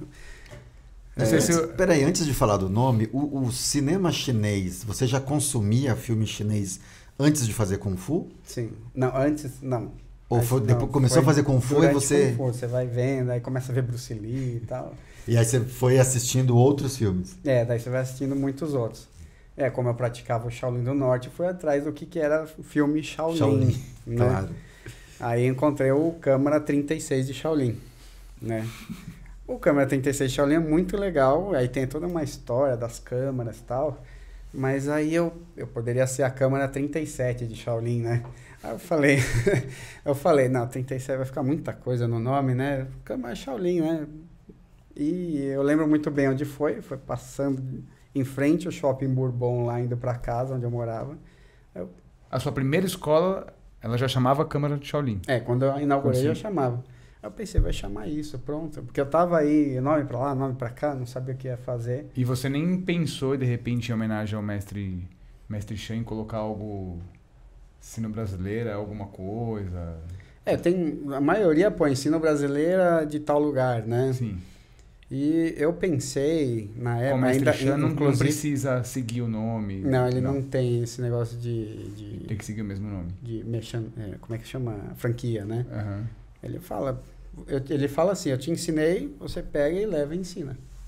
Espera aí, antes de falar do nome, o cinema chinês, você já consumia filme chinês antes de fazer Kung Fu? Sim. Não, antes, não. Ou depois começou a fazer Kung Fu e você... Kung Fu, você vai vendo, aí começa a ver Bruce Lee e tal. E aí você foi assistindo outros filmes? Daí você vai assistindo muitos outros. Como eu praticava o Shaolin do Norte, fui atrás do que era o filme Shaolin. Né? Claro. Aí encontrei o Câmara 36 de Shaolin, né? O Câmara 36 de Shaolin é muito legal, aí tem toda uma história das câmaras e tal, mas aí eu poderia ser a Câmara 37 de Shaolin, né? Aí eu falei, não, 37 vai ficar muita coisa no nome, né? Câmara Shaolin, né? E eu lembro muito bem onde foi passando em frente ao Shopping Bourbon, lá indo para casa, onde eu morava. A sua primeira escola, ela já chamava Câmara de Shaolin? Quando eu inaugurei, já chamava. Eu pensei, vai chamar isso, pronto. Porque eu tava aí, nome para lá, nome para cá, não sabia o que ia fazer. E você nem pensou, de repente, em homenagem ao mestre Shan, colocar algo sino-brasileira, alguma coisa? A maioria põe sino-brasileira de tal lugar, né? Sim. E eu pensei, na época... O mestre Shan não precisa seguir o nome. Não, ele não tem esse negócio de... Tem que seguir o mesmo nome. Como é que chama? Franquia, né? Uhum. Ele fala assim, eu te ensinei, você pega e leva e ensina.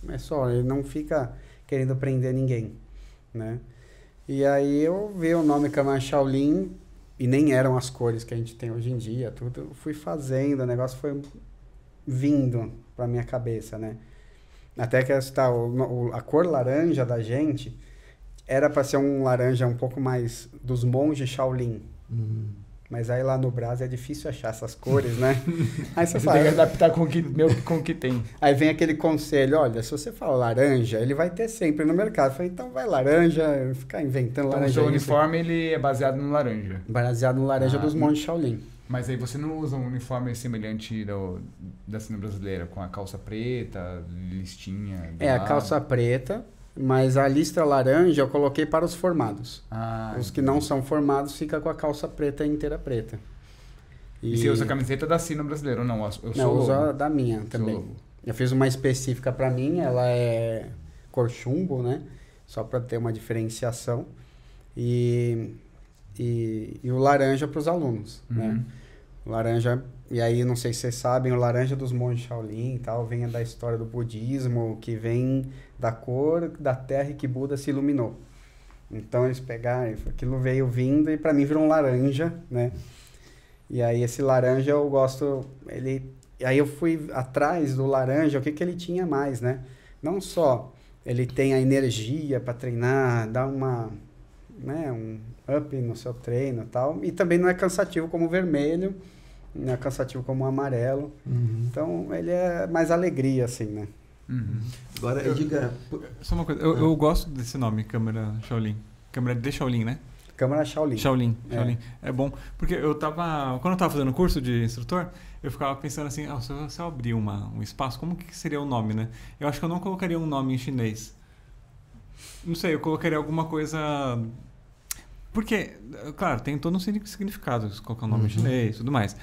É só, ele não fica querendo prender ninguém, né? E aí eu vi o nome Câmara Shaolin, e nem eram as cores que a gente tem hoje em dia, tudo. Eu fui fazendo, o negócio foi vindo pra minha cabeça, né? Até que a cor laranja da gente era para ser um laranja um pouco mais dos monges Shaolin. Mas aí lá no Brasil é difícil achar essas cores, né? Aí você tem que adaptar com o que tem. Aí vem aquele conselho, olha, se você fala laranja, ele vai ter sempre no mercado. Eu falei, então vai laranja, ficar inventando então, laranja. O seu uniforme ele é baseado no laranja. Baseado no laranja dos monges Shaolin. Mas aí você não usa um uniforme semelhante da cena brasileira, com a calça preta, listinha... A calça preta, mas a listra laranja eu coloquei para os formados. Os que não são formados fica com a calça preta inteira preta. E você usa a camiseta da Sino brasileira ou não? Eu uso a da minha também. Eu fiz uma específica para mim, ela é cor chumbo, né? Só para ter uma diferenciação. E o laranja para os alunos, né? O laranja, e aí não sei se vocês sabem, o laranja dos monges Shaolin e tal, vem da história do budismo, que vem da cor da terra que Buda se iluminou. Então eles pegaram, aquilo veio vindo e para mim virou um laranja, né? E aí esse laranja eu gosto, aí eu fui atrás do laranja, o que ele tinha mais, né? Não só ele tem a energia para treinar, dar um up no seu treino e tal, e também não é cansativo como o vermelho, não é cansativo como o amarelo, então ele é mais alegria, assim, né? Agora, diga... Só uma coisa, eu gosto desse nome, Câmara Shaolin. Câmara de Shaolin, né? Câmara Shaolin. Shaolin. É bom, porque quando eu tava fazendo curso de instrutor, eu ficava pensando assim, se eu abrir um espaço, como que seria o nome, né? Eu acho que eu não colocaria um nome em chinês. Não sei, eu colocaria alguma coisa... Porque, claro, tem todo um significado, colocar um nome em chinês e tudo mais.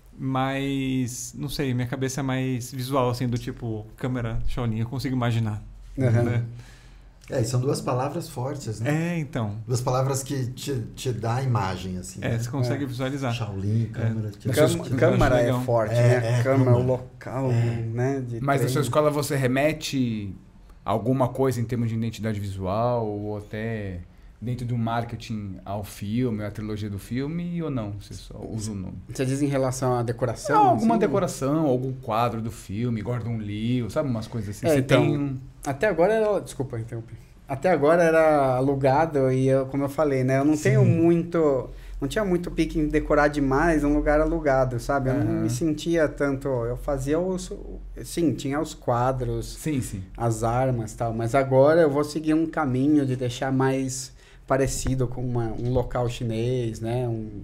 Mas, não sei, minha cabeça é mais visual, assim, do tipo, câmera Shaolin, eu consigo imaginar. Né? E são duas palavras fortes, né? Então. Duas palavras que te dá a imagem, assim. Você consegue visualizar. Shaolin, câmera... Câmara é forte, né? Câmara é o local, né? Mas na sua escola você remete a alguma coisa em termos de identidade visual ou até... dentro do marketing ao filme, à trilogia do filme, ou não? Você só usa o nome? Você diz em relação à decoração? Não, alguma decoração, algum quadro do filme, Gordon Liu, sabe? Umas coisas assim. Você tem... Até agora era... Desculpa, interrompi. Até agora era alugado e, como eu falei, né? Eu não tenho muito... Não tinha muito pique em decorar demais um lugar alugado, sabe? Eu não me sentia tanto... Eu fazia Sim, tinha os quadros, as armas e tal. Mas agora eu vou seguir um caminho de deixar mais... parecido com um local chinês, né?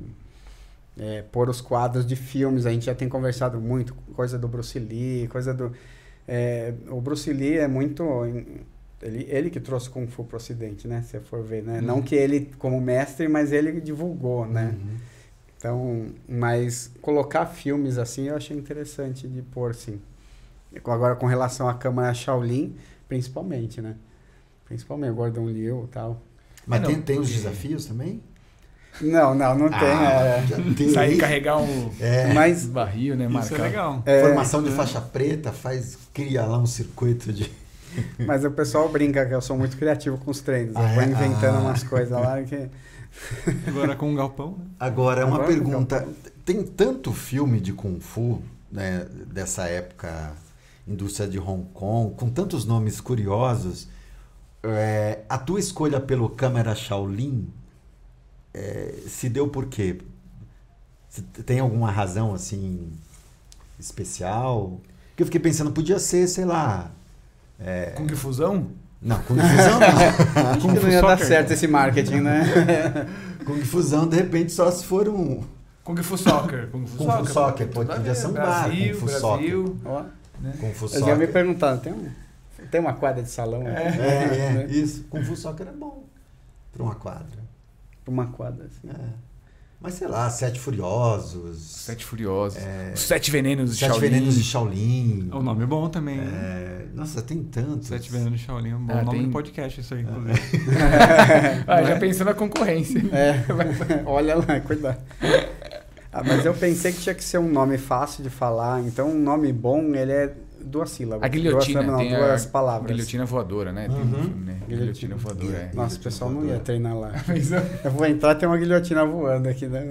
Pôr os quadros de filmes, a gente já tem conversado muito, coisa do Bruce Lee, coisa do... o Bruce Lee é muito... Ele que trouxe Kung Fu pro Ocidente, né? Se você for ver, né? Não que ele como mestre, mas ele divulgou, né? Então, mas colocar filmes assim eu achei interessante de pôr, sim. Agora, com relação à Câmara Shaolin, principalmente, né? Principalmente o Gordon Liu e tal. Mas tem os desafios também? Não tem. Sair carregar mas barril, né? Isso é legal. Formação de faixa preta, cria lá um circuito de... Mas o pessoal brinca que eu sou muito criativo com os treinos. Eu vou inventando umas coisas lá que... Agora com um galpão, né? Agora, uma pergunta. Tem tanto filme de Kung Fu, né, dessa época, indústria de Hong Kong, com tantos nomes curiosos... a tua escolha pelo Câmara Shaolin se deu por quê? Tem alguma razão assim especial? Porque eu fiquei pensando, podia ser, sei lá... Kung Fusão? Não, Kung Fusão não. Acho que não ia dar certo esse marketing, né? Kung Fusão, de repente, só se for um... Kung Fu Soccer. Kung Fu Soccer, podia ser um bar. Kung Fu Soccer. Kung Fu Soccer. Eu já me perguntando, tem uma quadra de salão? Isso. Kung Fu Soccer é bom para uma quadra. Para uma quadra, sim. Mas sei lá, Sete Furiosos. Os Sete Venenos de Shaolin. Sete Venenos de Shaolin. O nome é bom também. Nossa, tem tantos. Sete Venenos de Shaolin é um bom nome de podcast, isso aí, inclusive. Já pensou na concorrência. Olha lá, cuidado. Mas eu pensei que tinha que ser um nome fácil de falar. Então, um nome bom, ele é duas sílabas. A guilhotina, duas palavras. Guilhotina voadora, né? Tem um filme, né? Guilhotina voadora, Nossa, o pessoal não ia treinar lá. Eu vou entrar, tem uma guilhotina voando aqui, né?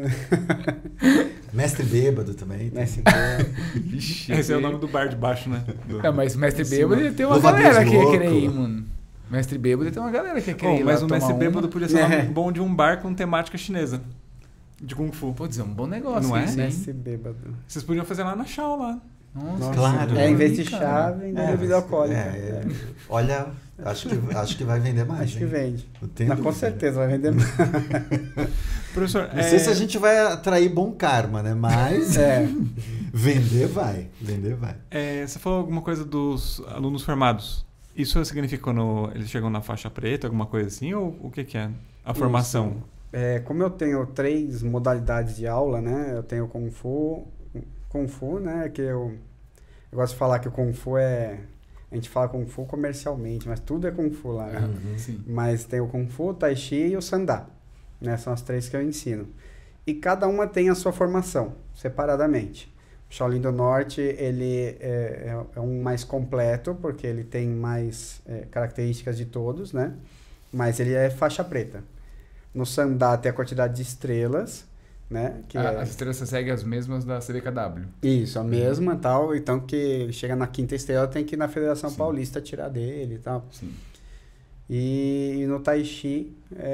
Mestre Bêbado também. Mestre Bêbado. Esse é o nome do bar de baixo, né? Mas Mestre Bêbado ele tem uma galera que ia querer ir, mano. Mestre Bêbado tem uma galera que ia querer ir lá. Mas o Mestre Bêbado podia ser bom de um bar com temática chinesa. De Kung Fu. Putz, é um bom negócio, não é? Mestre Bêbado. Vocês podiam fazer lá na Shaw, lá. Nossa, claro. Em vez de chá, vender bebida alcoólica. Olha, acho que vai vender mais. Acho que vende. Com certeza vai vender mais. Professor, não sei se a gente vai atrair bom karma, né? Mas vender vai. Você falou alguma coisa dos alunos formados. Isso significa quando eles chegam na faixa preta, alguma coisa assim? Ou o que é a formação? Como eu tenho 3 modalidades de aula, né? Eu tenho Kung Fu, né? Que eu gosto de falar que o Kung Fu a gente fala Kung Fu comercialmente, mas tudo é Kung Fu lá, né? Sim. Mas tem o Kung Fu, o Tai Chi e o Sandá, né? São as 3 que eu ensino. E cada uma tem a sua formação, separadamente. O Shaolin do Norte, ele é um mais completo, porque ele tem mais características de todos, né? Mas ele é faixa preta. No Sandá tem a quantidade de estrelas, né? As estrelas você segue as mesmas da CBKW. Isso, a mesma tal. Então, que chega na 5ª estrela, tem que ir na Federação Paulista tirar dele e tal. Sim. E no Tai Chi,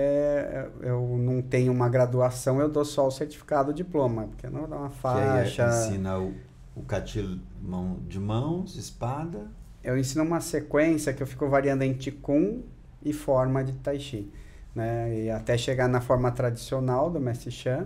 eu não tenho uma graduação, eu dou só o certificado, o diploma. Porque não dá uma faixa... Que aí ensina o Kati de mãos, espada... Eu ensino uma sequência que eu fico variando em Qigong e forma de Tai Chi. Né? E até chegar na forma tradicional do Mestre Shan.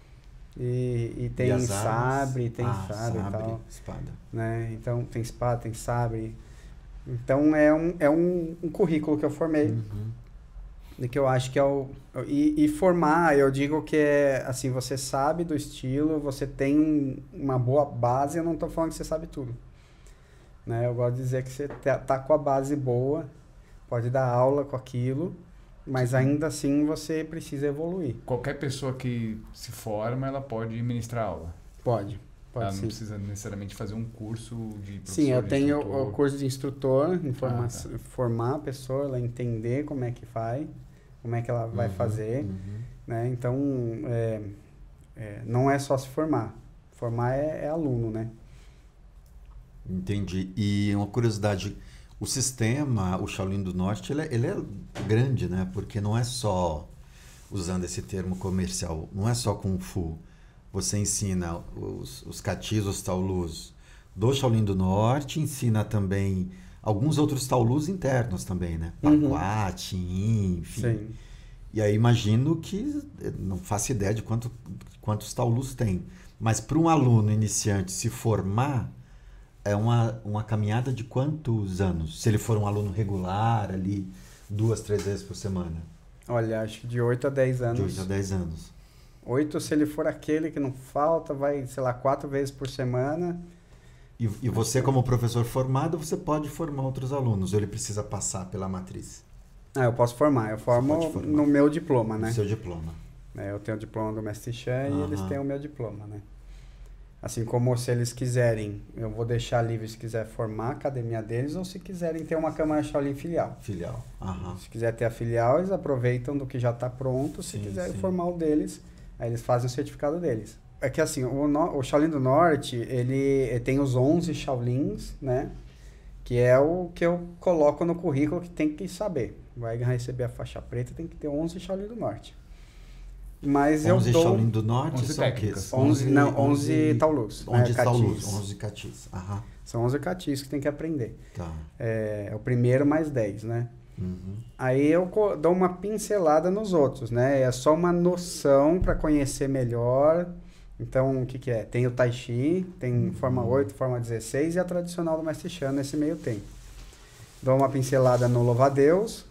E tem sabre, sabre e tal. Espada. Né? Então tem espada, tem sabre. Então é um currículo que eu formei. E que eu acho que e formar, eu digo que assim, você sabe do estilo, você tem uma boa base, eu não estou falando que você sabe tudo. Né? Eu gosto de dizer que você tá com a base boa, pode dar aula com aquilo, mas ainda assim você precisa evoluir. Qualquer pessoa que se forma, ela pode ministrar aula? Pode ela sim. Não precisa necessariamente fazer um curso de professor. Sim, eu tenho o curso de instrutor, formar a pessoa, ela entender como é que faz, como é que ela vai fazer. Né? Então, não é só se formar. Formar é aluno, né? Entendi. E uma curiosidade... O sistema, o Shaolin do Norte, ele é grande, né? Porque não é só, usando esse termo comercial, não é só Kung Fu. Você ensina os Katis, os Taolus do Shaolin do Norte, ensina também alguns outros Taolus internos também, né? Paquá, Tin, enfim. Sim. E aí imagino que, não faço ideia de quantos Taolus tem, mas para um aluno iniciante se formar, é uma caminhada de quantos anos? Se ele for um aluno regular ali, 2, 3 vezes por semana? Olha, acho que de 8 a 10 anos. De 8 a 10 anos. 8, se ele for aquele que não falta, vai, sei lá, 4 vezes por semana. E você, como professor formado, você pode formar outros alunos, ou ele precisa passar pela matriz? Eu posso formar. Eu formo no meu diploma, né? No seu diploma. Eu tenho o diploma do Mestre Shan e eles têm o meu diploma, né? Assim como se eles quiserem, eu vou deixar livre se quiser formar a academia deles ou se quiserem ter uma Câmara Shaolin filial. Se quiser ter a filial, eles aproveitam do que já está pronto. Se quiserem formar o deles, aí eles fazem o certificado deles. É que assim, o Shaolin do Norte, ele tem os 11 Shaolins, né? Que é o que eu coloco no currículo que tem que saber. Vai receber a faixa preta, tem que ter 11 Shaolin do Norte. Mas 11 Shaolin do Norte 11 técnicas. 11 Taolus. 11 Taolus, 11 Katis. São 11 Katis que tem que aprender. Tá. É o primeiro mais 10, né? Aí eu dou uma pincelada nos outros, né? É só uma noção para conhecer melhor. Então, o que é? Tem o Tai Chi, tem forma 8, forma 16 e a tradicional do Mestre Shan nesse meio tempo. Dou uma pincelada no Louva-a-Deus,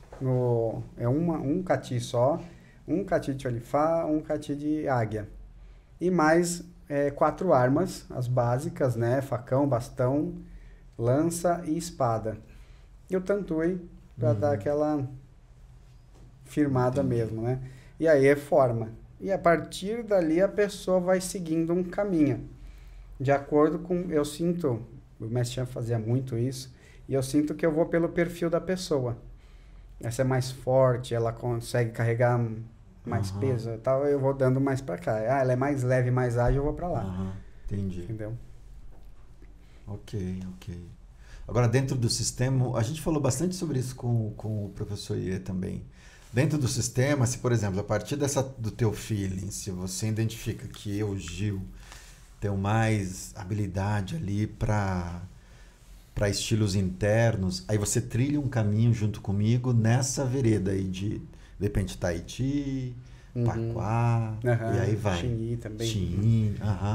um Kati só. Um Kati de Olifá, um Kati de Águia. E mais 4 armas, as básicas, né? Facão, bastão, lança e espada. E o Tantui, para dar aquela firmada mesmo, né? E aí é forma. E a partir dali a pessoa vai seguindo um caminho. De acordo com... Eu sinto O mestre Chan fazia muito isso. E eu sinto que eu vou pelo perfil da pessoa. Essa é mais forte, ela consegue carregar mais peso e tal, eu vou dando mais para cá. Ela é mais leve, mais ágil, eu vou para lá. Entendi. Entendeu? Ok. Agora, dentro do sistema, a gente falou bastante sobre isso com o professor Iê também. Dentro do sistema, se, por exemplo, a partir do teu feeling, se você identifica que eu, Gil, tenho mais habilidade ali para estilos internos, aí você trilha um caminho junto comigo nessa vereda aí de repente, Tahiti, Paquá, e aí vai. Xinyi também. Xinyi,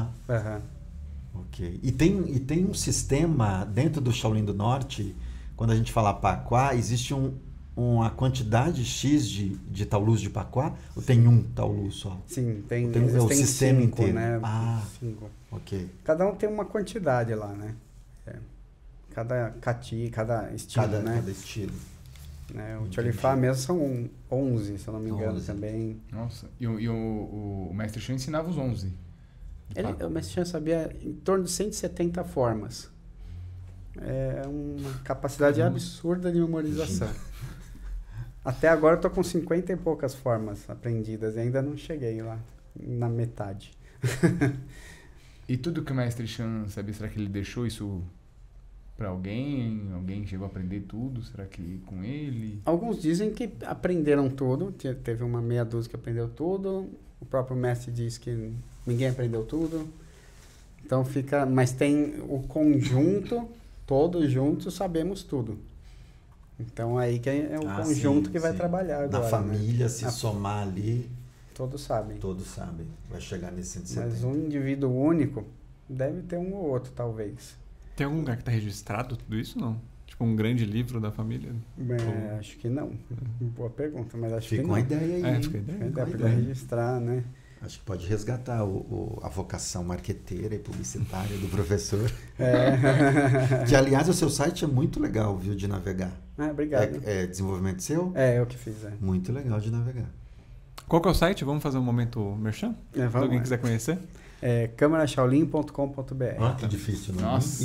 Ok. E tem um sistema dentro do Shaolin do Norte, quando a gente fala Paquá, existe uma quantidade X de taulus de Paquá? Ou tem um taulu só? Sim, tem o sistema 5, inteiro. né? Ah, 5. Ok. Cada um tem uma quantidade lá, né? Cada kati, cada estilo, né? Cada estilo. O Cholifá mesmo são 11, se eu não me engano, 11. também. Nossa, e o Mestre Chan ensinava os 11? O Mestre Chan sabia em torno de 170 formas. É uma capacidade absurda de memorização. Até agora eu tô com 50 e poucas formas aprendidas e ainda não cheguei lá na metade. E tudo que o Mestre Chan sabia, será que ele deixou isso para alguém? Alguém chegou a aprender tudo? Será que com ele? Alguns dizem que aprenderam tudo. Teve uma meia dúzia que aprendeu tudo. O próprio mestre diz que ninguém aprendeu tudo. Então fica... Mas tem o conjunto, todos juntos sabemos tudo. Então aí que é o conjunto que vai trabalhar agora. Na família, né? se somar ali... Todos sabem. Todos sabem. Vai chegar nesse 170. Mas um indivíduo único deve ter um ou outro, talvez. Tem algum lugar que está registrado tudo isso, não? Tipo um grande livro da família? Acho que não. Boa pergunta, mas acho fica que não. Fica uma ideia aí. Fica uma ideia para registrar, né? Acho que pode resgatar a vocação marqueteira e publicitária do professor. Que, aliás, o seu site é muito legal, viu, de navegar. Obrigado. É desenvolvimento seu? Eu que fiz, Muito legal de navegar. Qual que é o site? Vamos fazer um momento merchan? Se alguém quiser conhecer. camarashaolin.com.br. Que difícil, não é? Nossa.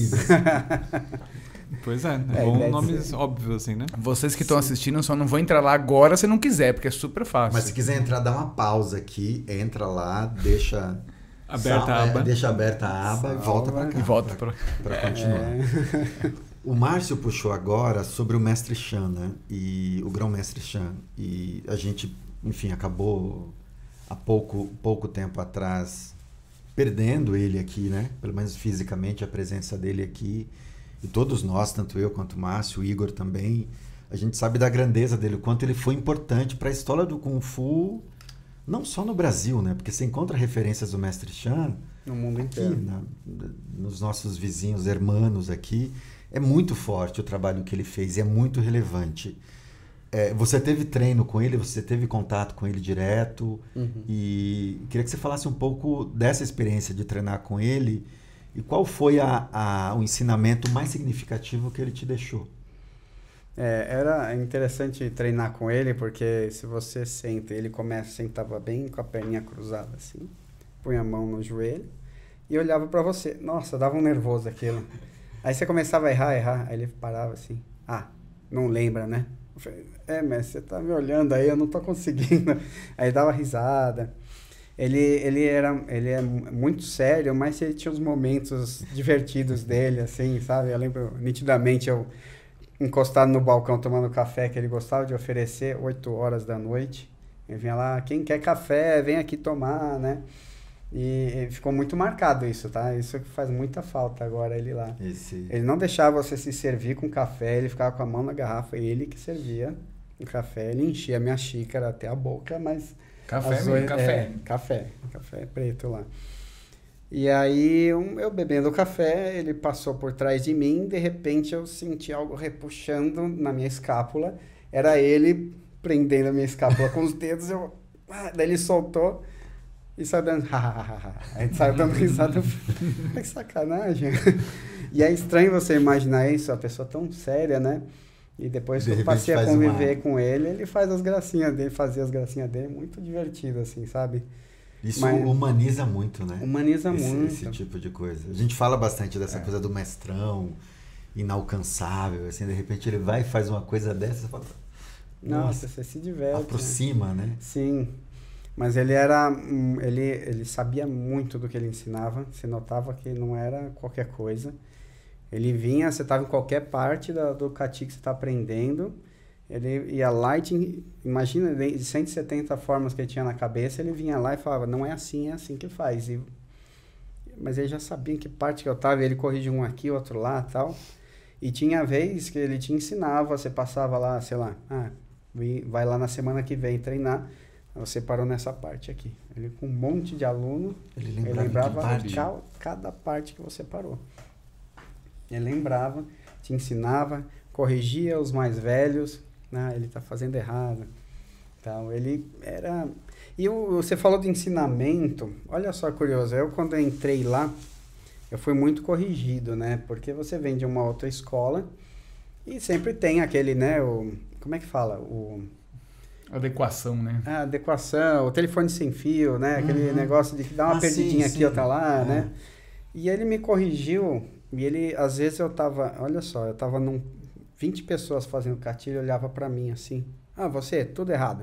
Pois é, nomes óbvios assim, né? Vocês que estão assistindo só não vão entrar lá agora se não quiser, porque é super fácil. Mas se quiser entrar, dá uma pausa aqui, entra lá, deixa aberta a aba. Deixa aberta a aba e volta para cá. E volta para continuar. O Márcio puxou agora sobre o Mestre Chan, né? E o Grão-Mestre Chan. E a gente, enfim, acabou há pouco tempo atrás perdendo ele aqui, né? Pelo menos fisicamente, a presença dele aqui. E todos nós, tanto eu quanto o Márcio, o Igor também, a gente sabe da grandeza dele, o quanto ele foi importante para a história do Kung Fu, não só no Brasil, né? Porque você encontra referências do Mestre Chan no mundo aqui, inteiro, nos nossos vizinhos, hermanos aqui. É muito forte o trabalho que ele fez e é muito relevante. Você teve treino com ele, você teve contato com ele direto, e queria que você falasse um pouco dessa experiência de treinar com ele e qual foi o ensinamento mais significativo que ele te deixou. Era interessante treinar com ele, porque se você senta, ele sentava bem com a perninha cruzada assim, punha a mão no joelho e olhava para você. Nossa, dava um nervoso aquilo. Aí você começava a errar, aí ele parava assim, não lembra, né? Eu falei, mas você tá me olhando aí, eu não tô conseguindo. Aí dava risada. Ele é muito sério, mas ele tinha os momentos divertidos dele, assim, sabe? Eu lembro nitidamente eu encostado no balcão tomando café que ele gostava de oferecer, 8 horas da noite. Ele vinha lá, quem quer café, vem aqui tomar, né? E ficou muito marcado isso, tá? Isso que faz muita falta agora, ele lá. Ele não deixava você se servir com café, ele ficava com a mão na garrafa, ele que servia o café, ele enchia a minha xícara até a boca, mas... Café preto lá. E aí, eu bebendo café, ele passou por trás de mim, de repente eu senti algo repuxando na minha escápula, era ele prendendo a minha escápula com os dedos, daí ele soltou e saiu dando aí saiu dando risada, que sacanagem. E é estranho você imaginar isso, a pessoa tão séria, né? E depois que eu passei a conviver com ele, ele faz as gracinhas dele, fazia as gracinhas dele, muito divertido, assim, sabe? Isso humaniza muito, né? Humaniza muito. Esse tipo de coisa. A gente fala bastante dessa coisa do mestrão, inalcançável, assim, de repente ele vai e faz uma coisa dessa, você fala, nossa, você se diverte. Aproxima, né? Sim. Mas ele sabia muito do que ele ensinava, você notava que não era qualquer coisa. Ele vinha, você estava em qualquer parte do Kati que você está aprendendo, ele ia lá e imagina, de 170 formas que ele tinha na cabeça, ele vinha lá e falava, não é assim que faz. Mas ele já sabia em que parte que eu estava, ele corrigia um aqui, outro lá e tal. E tinha vez que ele te ensinava, você passava lá, sei lá, vai lá na semana que vem treinar, você parou nessa parte aqui. Ele com um monte de aluno, ele lembrava cada parte que você parou. Ele lembrava, te ensinava, corrigia os mais velhos, ele está fazendo errado. Então, ele era... E você falou de ensinamento, olha só curioso, quando eu entrei lá, eu fui muito corrigido, né? Porque você vem de uma outra escola e sempre tem aquele, né? Como é que fala? Adequação, né? A adequação, o telefone sem fio, né? Aquele negócio de dar uma perdidinha aqui, outra lá, né? E ele me corrigiu e ele, às vezes eu tava, olha só, eu tava 20 pessoas fazendo Kati, ele olhava pra mim assim, você, tudo errado.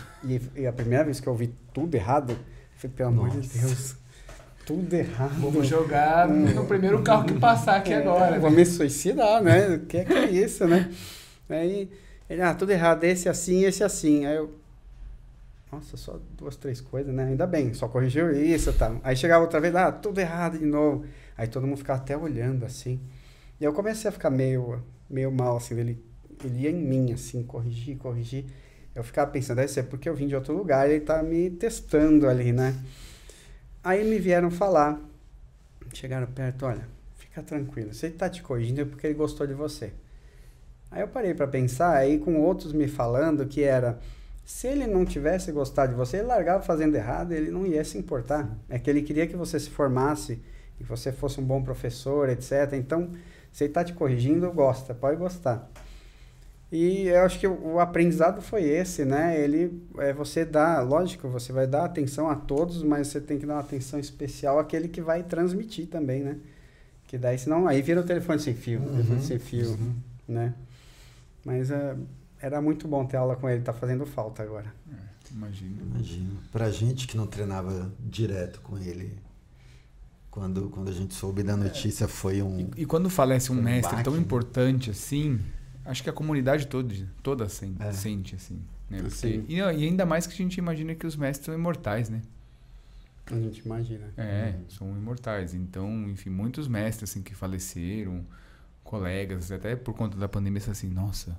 E a primeira vez que eu vi tudo errado, eu falei, pelo amor de Deus, tudo errado. Vamos jogar no primeiro carro que passar aqui agora. Vou me suicidar, né? O que é isso, né? Aí, ele, tudo errado, esse assim, esse assim. Aí eu, nossa, só 2, 3 coisas, né? Ainda bem, só corrigiu isso, tá? Aí chegava outra vez, tudo errado de novo. Aí todo mundo ficava até olhando, assim. E eu comecei a ficar meio mal, assim, ele ia em mim, assim, corrigir. Eu ficava pensando, deve ser porque eu vim de outro lugar e ele tá me testando ali, né? Aí me vieram falar, chegaram perto, olha, fica tranquilo, se ele tá te corrigindo é porque ele gostou de você. Aí eu parei para pensar, aí com outros me falando que era, se ele não tivesse gostado de você, ele largava fazendo errado, ele não ia se importar. É que ele queria que você se formasse, que você fosse um bom professor, etc. Então, se ele tá te corrigindo, pode gostar. E eu acho que o aprendizado foi esse, né? Você dá, lógico, você vai dar atenção a todos, mas você tem que dar uma atenção especial àquele que vai transmitir também, né? Que daí, senão, aí vira o telefone sem fio, né? Mas era muito bom ter aula com ele, tá fazendo falta agora. Imagino. Pra gente que não treinava direto com ele, quando a gente soube da notícia, foi um... E quando falece um mestre tão importante assim... Acho que a comunidade toda sente, assim. Né? Porque, e ainda mais que a gente imagina que os mestres são imortais, né? A gente imagina. São imortais. Então, enfim, muitos mestres assim, que faleceram, colegas, até por conta da pandemia, assim, nossa,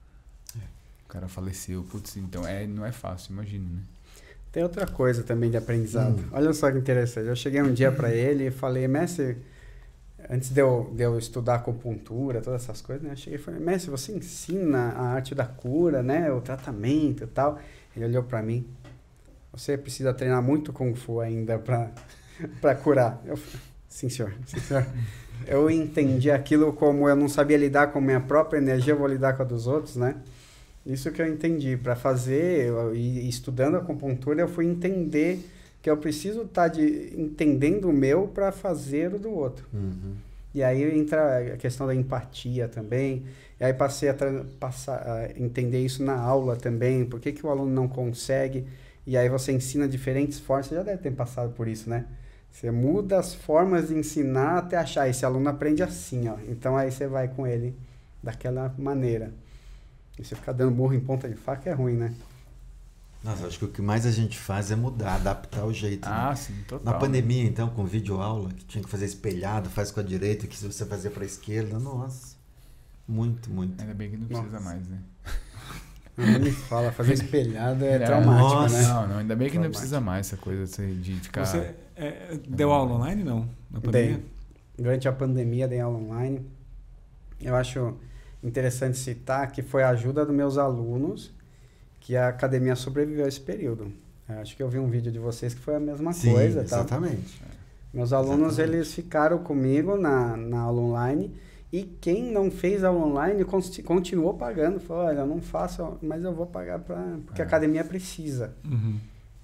o cara faleceu. Putz, então não é fácil, imagina, né? Tem outra coisa também de aprendizado. Olha só que interessante. Eu cheguei um dia para ele e falei, mestre... Antes de eu estudar acupuntura, todas essas coisas, né? Eu cheguei e falei, mestre, você ensina a arte da cura, né? O tratamento e tal. Ele olhou para mim. Você precisa treinar muito Kung Fu ainda para curar. Eu falei, sim, senhor. Eu entendi aquilo como eu não sabia lidar com a minha própria energia, eu vou lidar com a dos outros, né? Isso que eu entendi. Para fazer, e estudando acupuntura, eu fui entender... que eu preciso estar entendendo o meu para fazer o do outro. E aí entra a questão da empatia também. E aí passei a entender isso na aula também. Por que o aluno não consegue? E aí você ensina diferentes formas. Você já deve ter passado por isso, né? Você muda as formas de ensinar até achar. Esse aluno aprende assim, ó. Então aí você vai com ele daquela maneira. E você ficar dando burro em ponta de faca é ruim, né? Nossa, acho que o que mais a gente faz é mudar, adaptar o jeito. Né? Sim, total. Na pandemia, então, com videoaula, que tinha que fazer espelhado, faz com a direita, que se você fazer para a esquerda, nossa, muito. Ainda bem que não precisa mais, né? Não me fala, fazer espelhado é traumático, nossa. Né? Não, ainda bem que não precisa mais essa coisa de ficar... Você deu aula online, não? Na pandemia? Durante a pandemia, dei aula online. Eu acho interessante citar que foi a ajuda dos meus alunos que a academia sobreviveu a esse período. Eu acho que eu vi um vídeo de vocês que foi a mesma coisa. Exatamente. Tá? Meus alunos, eles ficaram comigo na aula online e quem não fez aula online continuou pagando. Falou, olha, eu não faço, mas eu vou pagar porque a academia precisa.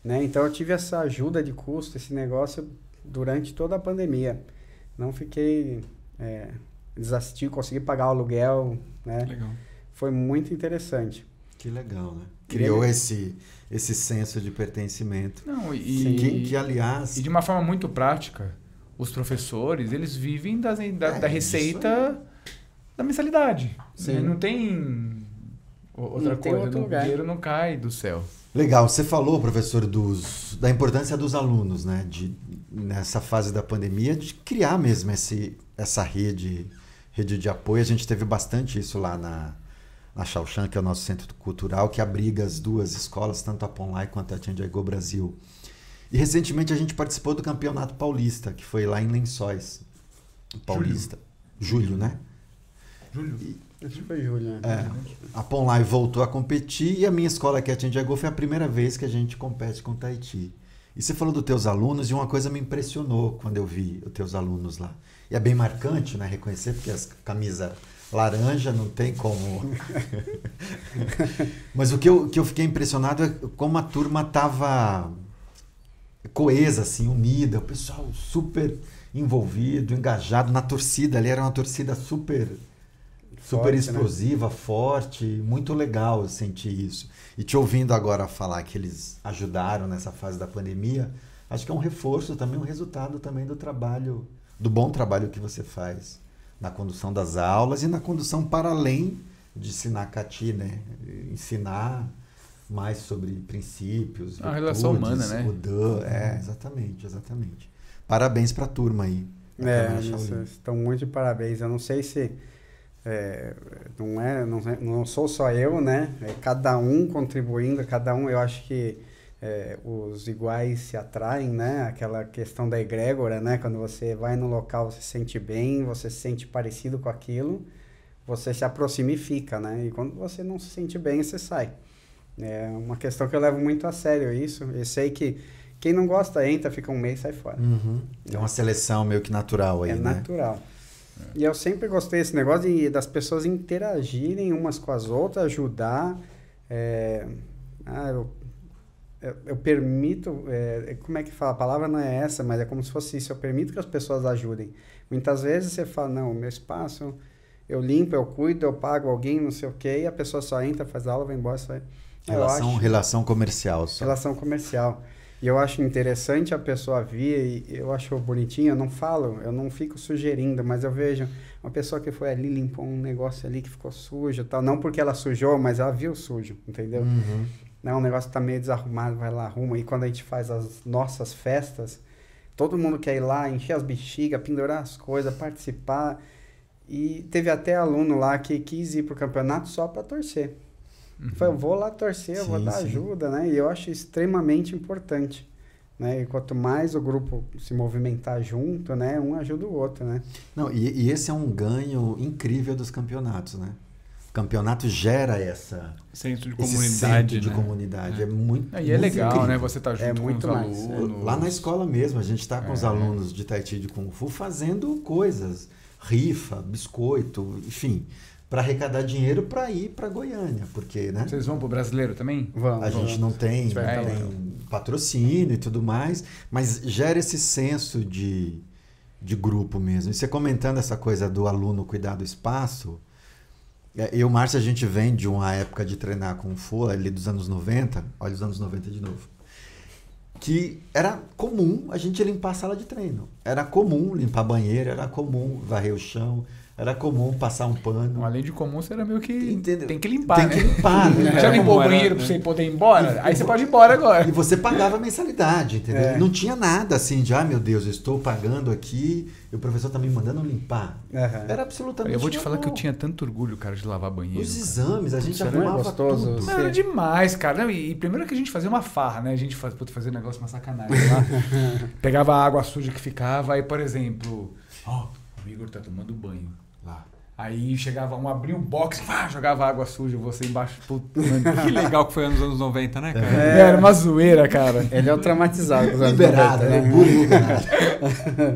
né? Então eu tive essa ajuda de custo, esse negócio durante toda a pandemia. Não fiquei desassistido, consegui pagar o aluguel, né? Legal. Foi muito interessante. Que legal, né? Criou esse senso de pertencimento. Não, aliás... E de uma forma muito prática, os professores, eles vivem da receita da mensalidade. Sim. Não tem outra coisa, o dinheiro não cai do céu. Legal, você falou, professor, da importância dos alunos, né? Nessa fase da pandemia, de criar mesmo essa rede de apoio. A gente teve bastante isso lá na Shaoxan, que é o nosso centro cultural, que abriga as duas escolas, tanto a Ponlai quanto a Chandigarh Brasil. E recentemente a gente participou do Campeonato Paulista, que foi lá em Lençóis. Paulista. Julho, né? Acho que foi julho, né? A Ponlai voltou a competir e a minha escola, que é a Chandigarh, foi a primeira vez que a gente compete com o Tahiti. E você falou dos teus alunos e uma coisa me impressionou quando eu vi os teus alunos lá. E é bem marcante, né? Reconhecer, porque as camisas laranja não tem como... Mas o que eu fiquei impressionado é como a turma estava coesa, assim, unida. O pessoal super envolvido, engajado na torcida. Ali era uma torcida super explosiva, né? Forte. Muito legal eu sentir isso. E te ouvindo agora falar que eles ajudaram nessa fase da pandemia, acho que é um reforço também, um resultado também do bom trabalho que você faz na condução das aulas e na condução para além de ensinar Kati, né? Ensinar mais sobre princípios, a relação humana, né? Exatamente. Parabéns para a turma aí. Estão muito de parabéns. Eu não sei se não sou só eu, né? É cada um contribuindo, eu acho que os iguais se atraem, né? Aquela questão da egrégora, né? Quando você vai no local, você se sente bem, você se sente parecido com aquilo, você se aproxima e fica, né? E quando você não se sente bem, você sai. É uma questão que eu levo muito a sério isso. Eu sei que quem não gosta entra, fica um mês e sai fora. Uhum. É uma seleção meio que natural aí, né? É natural. E eu sempre gostei desse negócio das pessoas interagirem umas com as outras, ajudar. Eu permito, como é que fala? A palavra não é essa, mas é como se fosse isso. Eu permito que as pessoas ajudem. Muitas vezes você fala, não, meu espaço, eu limpo, eu cuido, eu pago alguém, não sei o quê, e a pessoa só entra, faz aula, vai embora, sai. Relação comercial. Só. Relação comercial. E eu acho interessante a pessoa vir, e eu acho bonitinho, eu não falo, eu não fico sugerindo, mas eu vejo uma pessoa que foi ali, limpou um negócio ali que ficou sujo, tal. Não porque ela sujou, mas ela viu sujo, entendeu? Uhum. Não, o negócio tá meio desarrumado, vai lá, arruma. E quando a gente faz as nossas festas, todo mundo quer ir lá, encher as bexigas, pendurar as coisas, participar. E teve até aluno lá que quis ir pro campeonato só para torcer. Uhum. Falei, eu vou lá torcer, eu vou dar ajuda, né? E eu acho extremamente importante, né? E quanto mais o grupo se movimentar junto, né? Um ajuda o outro, né? Não, e esse é um ganho incrível dos campeonatos, né? O campeonato gera centro de comunidade. É muito E é legal, incrível, né? Você tá junto com os alunos. Lá na escola mesmo, a gente está com os alunos de Tai Chi de Kung Fu fazendo coisas, rifa, biscoito, enfim, para arrecadar dinheiro para ir para Goiânia, porque, né? Vocês vão pro Brasileiro também? A gente não tem patrocínio e tudo mais, mas gera esse senso de grupo mesmo. E você comentando essa coisa do aluno cuidar do espaço, eu e o Márcio, a gente vem de uma época de treinar Kung Fu, ali dos anos 90, olha os anos 90 de novo, que era comum a gente limpar a sala de treino. Era comum limpar banheiro, era comum varrer o chão, era comum passar um pano. Além de comum, você era meio que... Entendeu? Tem que limpar, Tem que limpar, né? Já limpou o banheiro pra você poder ir embora? Aí você pode ir embora agora. E você pagava mensalidade, entendeu? Não tinha nada assim de, meu Deus, eu estou pagando aqui e o professor tá me mandando limpar. Era absolutamente Eu vou te falar que eu tinha tanto orgulho, cara, de lavar banheiro. Os exames, a gente arrumava tudo. Não, era demais, cara. Não, e primeiro que a gente fazia uma farra, né? A gente fazia um negócio, uma sacanagem lá. Pegava a água suja que ficava, aí, por exemplo, o Igor tá tomando banho lá. Aí chegava abria o box, jogava água suja, você embaixo. Puta, que legal que foi nos anos 90, né, cara? Era uma zoeira, cara. Ele é o traumatizado. Liberado, né?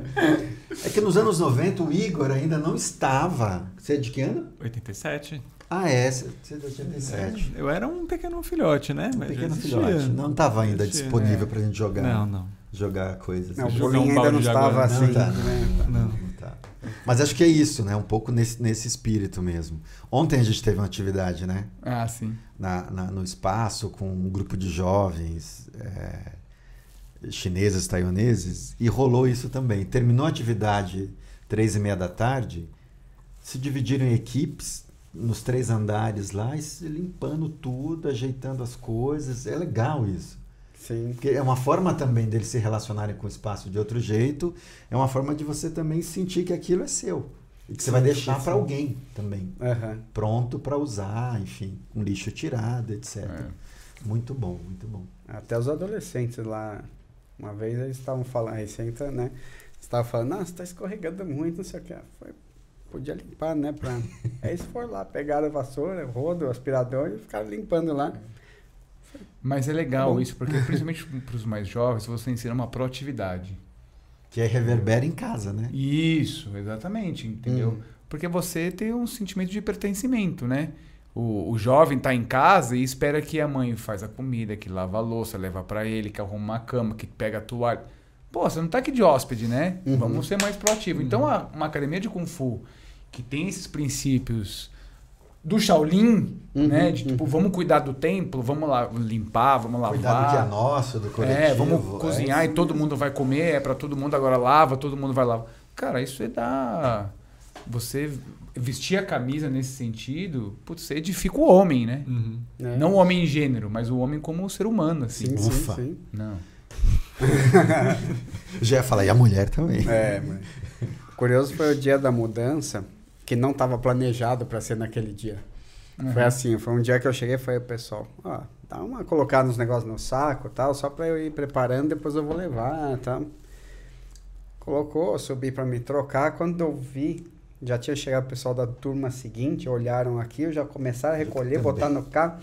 É que nos anos 90 o Igor ainda não estava. Você é de que ano? 87. Ah, você é de 87. Eu era um pequeno filhote, né? Um pequeno filhote. Não estava ainda disponível pra gente jogar. Não. Jogar coisas. Não, o bolinho ainda não estava assim. Não tá. Mas acho que é isso, né? Um pouco nesse espírito mesmo. Ontem a gente teve uma atividade, né? Ah, sim. No espaço, com um grupo de jovens chineses, taiwaneses, e rolou isso também. Terminou a atividade 3:30 da tarde, se dividiram em equipes nos 3 andares lá, e limpando tudo, ajeitando as coisas. É legal isso. Sim. Porque é uma forma também deles se relacionarem com o espaço de outro jeito, é uma forma de você também sentir que aquilo é seu. E que você vai deixar para alguém também. Pronto para usar, enfim, um lixo tirado, etc. Muito bom, muito bom. Até os adolescentes lá, uma vez eles estavam falando, recente, né? Estavam falando, nossa, você está escorregando muito, não sei o que. Podia limpar, né? Aí eles foram lá, pegaram a vassoura, o rodo, o aspirador e ficaram limpando lá. Mas é legal isso, porque principalmente para os mais jovens, você ensina uma proatividade. Que aí reverbera em casa, né? Isso, exatamente, entendeu? Porque você tem um sentimento de pertencimento, né? O jovem está em casa e espera que a mãe faz a comida, que lava a louça, leva para ele, que arruma a cama, que pega a toalha. Pô, você não está aqui de hóspede, né? Vamos ser mais proativos. Então, uma academia de Kung Fu que tem esses princípios do Shaolin, né? De tipo, vamos cuidar do templo, vamos lá limpar, vamos lavar. Cuidar do que é nosso, do coletivo. Vamos cozinhar e todo mundo vai comer, é para todo mundo, agora lava, todo mundo vai lavar. Cara, isso você vestir a camisa nesse sentido, putz, você edifica o homem, né? Não o homem em gênero, mas o homem como ser humano, assim. Ufa. Sim. Não. Já ia falar, e a mulher também. Mas... Curioso foi o dia da mudança, que não estava planejado para ser naquele dia. Foi assim, foi um dia que eu cheguei e falei, pessoal, dá uma colocada nos negócios no saco e tal, só para eu ir preparando, depois eu vou levar, tá? Colocou, eu subi para me trocar, quando eu vi, já tinha chegado o pessoal da turma seguinte, olharam aqui, já começaram a recolher, botar no carro.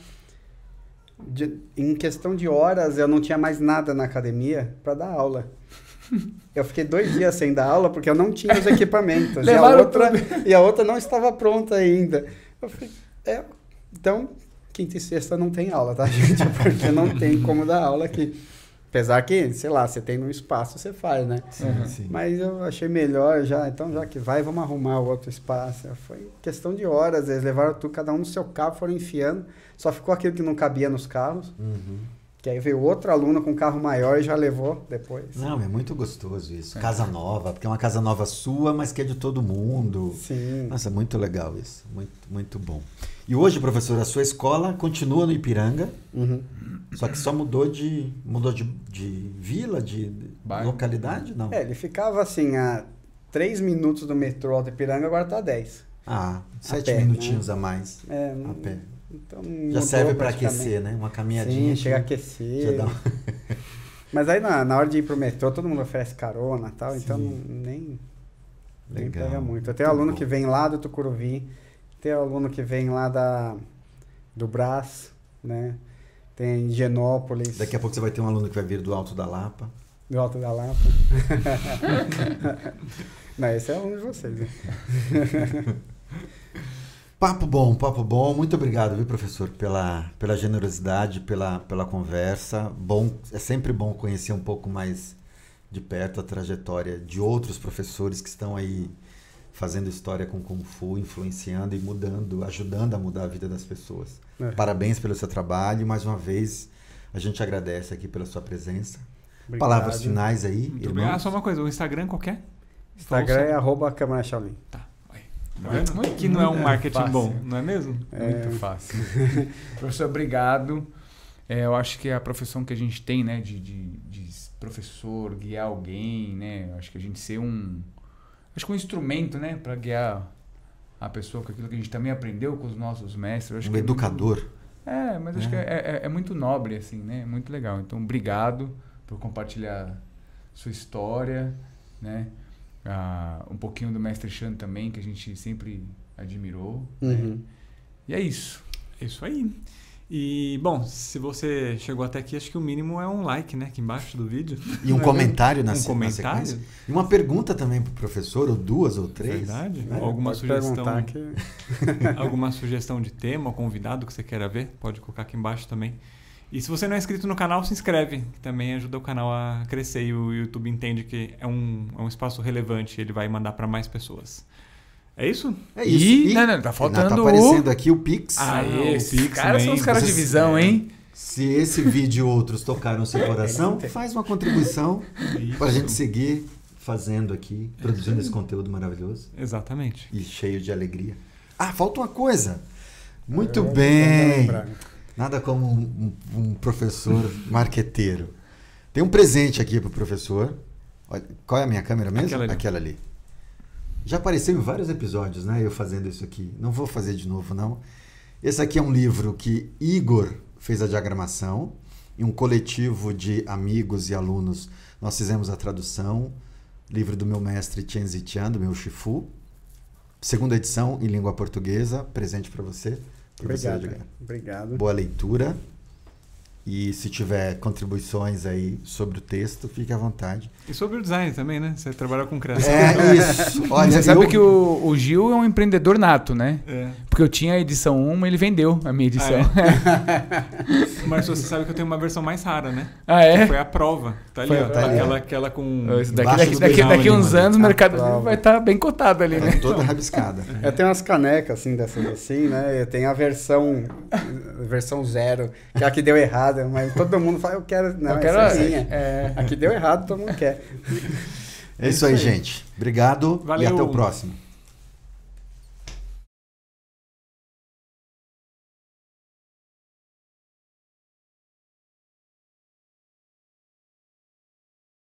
Em questão de horas, eu não tinha mais nada na academia para dar aula. Eu fiquei 2 dias sem dar aula porque eu não tinha os equipamentos. e a outra não estava pronta ainda. Eu falei, então, quinta e sexta não tem aula, tá, gente? Porque não tem como dar aula aqui. Apesar que, sei lá, você tem no espaço, você faz, né? Sim. Mas eu achei melhor já, então já que vai, vamos arrumar o outro espaço. Foi questão de horas, eles levaram tudo, cada um no seu carro, foram enfiando. Só ficou aquilo que não cabia nos carros. Que aí veio outro aluno com um carro maior e já levou depois. Não, é muito gostoso isso. Casa nova, porque é uma casa nova sua, mas que é de todo mundo. Sim. Nossa, muito legal isso. Muito, muito bom. E hoje, professor, a sua escola continua no Ipiranga, só que só mudou de vila, de localidade? Não. Ele ficava assim, a 3 minutos do metrô Alto Ipiranga, agora está 10. 7 minutinhos, né? A mais a pé. Então, já serve para aquecer, né? Uma caminhadinha. Sim, chega a aquecer. Mas aí na hora de ir pro metrô, todo mundo oferece carona e tal, então nem pega muito. Tem aluno que vem lá do Tucuruvi, tem aluno que vem lá do Brás, né? Tem Higienópolis. Daqui a pouco você vai ter um aluno que vai vir do Alto da Lapa. Do Alto da Lapa. Não, esse é aluno de vocês, né? Papo bom. Muito obrigado, viu, professor, pela generosidade, pela conversa. É sempre bom conhecer um pouco mais de perto a trajetória de outros professores que estão aí fazendo história com Kung Fu, influenciando e mudando, ajudando a mudar a vida das pessoas. Parabéns pelo seu trabalho. Mais uma vez, a gente agradece aqui pela sua presença. Obrigado. Palavras finais aí, muito obrigado. Só uma coisa, o Instagram qualquer? Instagram é @Câmara Shaolin. Tá. Que não é um marketing fácil. Bom, não é mesmo? Muito fácil. Professor, obrigado. Eu acho que é a profissão que a gente tem, né, de professor, guiar alguém, né, acho que a gente ser um instrumento, né, para guiar a pessoa com aquilo que a gente também aprendeu com os nossos mestres. Acho um educador. Mas acho que é muito nobre, assim, né, muito legal. Então, obrigado por compartilhar sua história, né, um pouquinho do Mestre Shan também, que a gente sempre admirou. Né? E é isso. É isso aí. E, bom, se você chegou até aqui, acho que o mínimo é um like, né? Aqui embaixo do vídeo. E um comentário na comentário? sequência. E uma pergunta também para o professor, ou 2 ou 3. Verdade. Alguma sugestão. Alguma sugestão de tema ou convidado que você queira ver, pode colocar aqui embaixo também. E se você não é inscrito no canal, se inscreve, que também ajuda o canal a crescer e o YouTube entende que é um espaço relevante, ele vai mandar para mais pessoas. É isso? É isso. E não, tá faltando tá aparecendo aqui o Pix. O Pix caras são os caras de visão, hein? Se esse vídeo e outros tocaram seu coração, faz uma contribuição para a gente seguir fazendo aqui, produzindo esse conteúdo maravilhoso. Exatamente. E cheio de alegria. Ah, falta uma coisa. Muito bem. Nada como um professor marqueteiro. Tem um presente aqui para o professor. Olha, qual é a minha câmera mesmo? Aquela ali. Já apareceu em vários episódios, né? Eu fazendo isso aqui. Não vou fazer de novo, não. Esse aqui é um livro que Igor fez a diagramação. E um coletivo de amigos e alunos, nós fizemos a tradução. Livro do meu mestre Chen Ziqian, do meu Shifu. 2ª edição em língua portuguesa. Presente para você. Obrigado. Boa leitura. E se tiver contribuições aí sobre o texto, fique à vontade. E sobre o design também, né? Você trabalha com criação. É isso. Olha, você sabe que o Gil é um empreendedor nato, né? É. Porque eu tinha a edição 1, ele vendeu a minha edição. Mas você sabe que eu tenho uma versão mais rara, né? Ah, é? Que foi a prova. Tá ali, ó. Tá aquela com... Daqui uns anos o Mercado Livre vai estar bem cotado ali, né? Toda rabiscada. Eu tenho umas canecas assim, dessas assim, né? Eu tenho a versão 0, que é a que deu errado. Mas todo mundo fala, eu quero essa minha. Aqui deu errado, todo mundo quer. É isso aí, gente. Obrigado. Valeu. E até o próximo.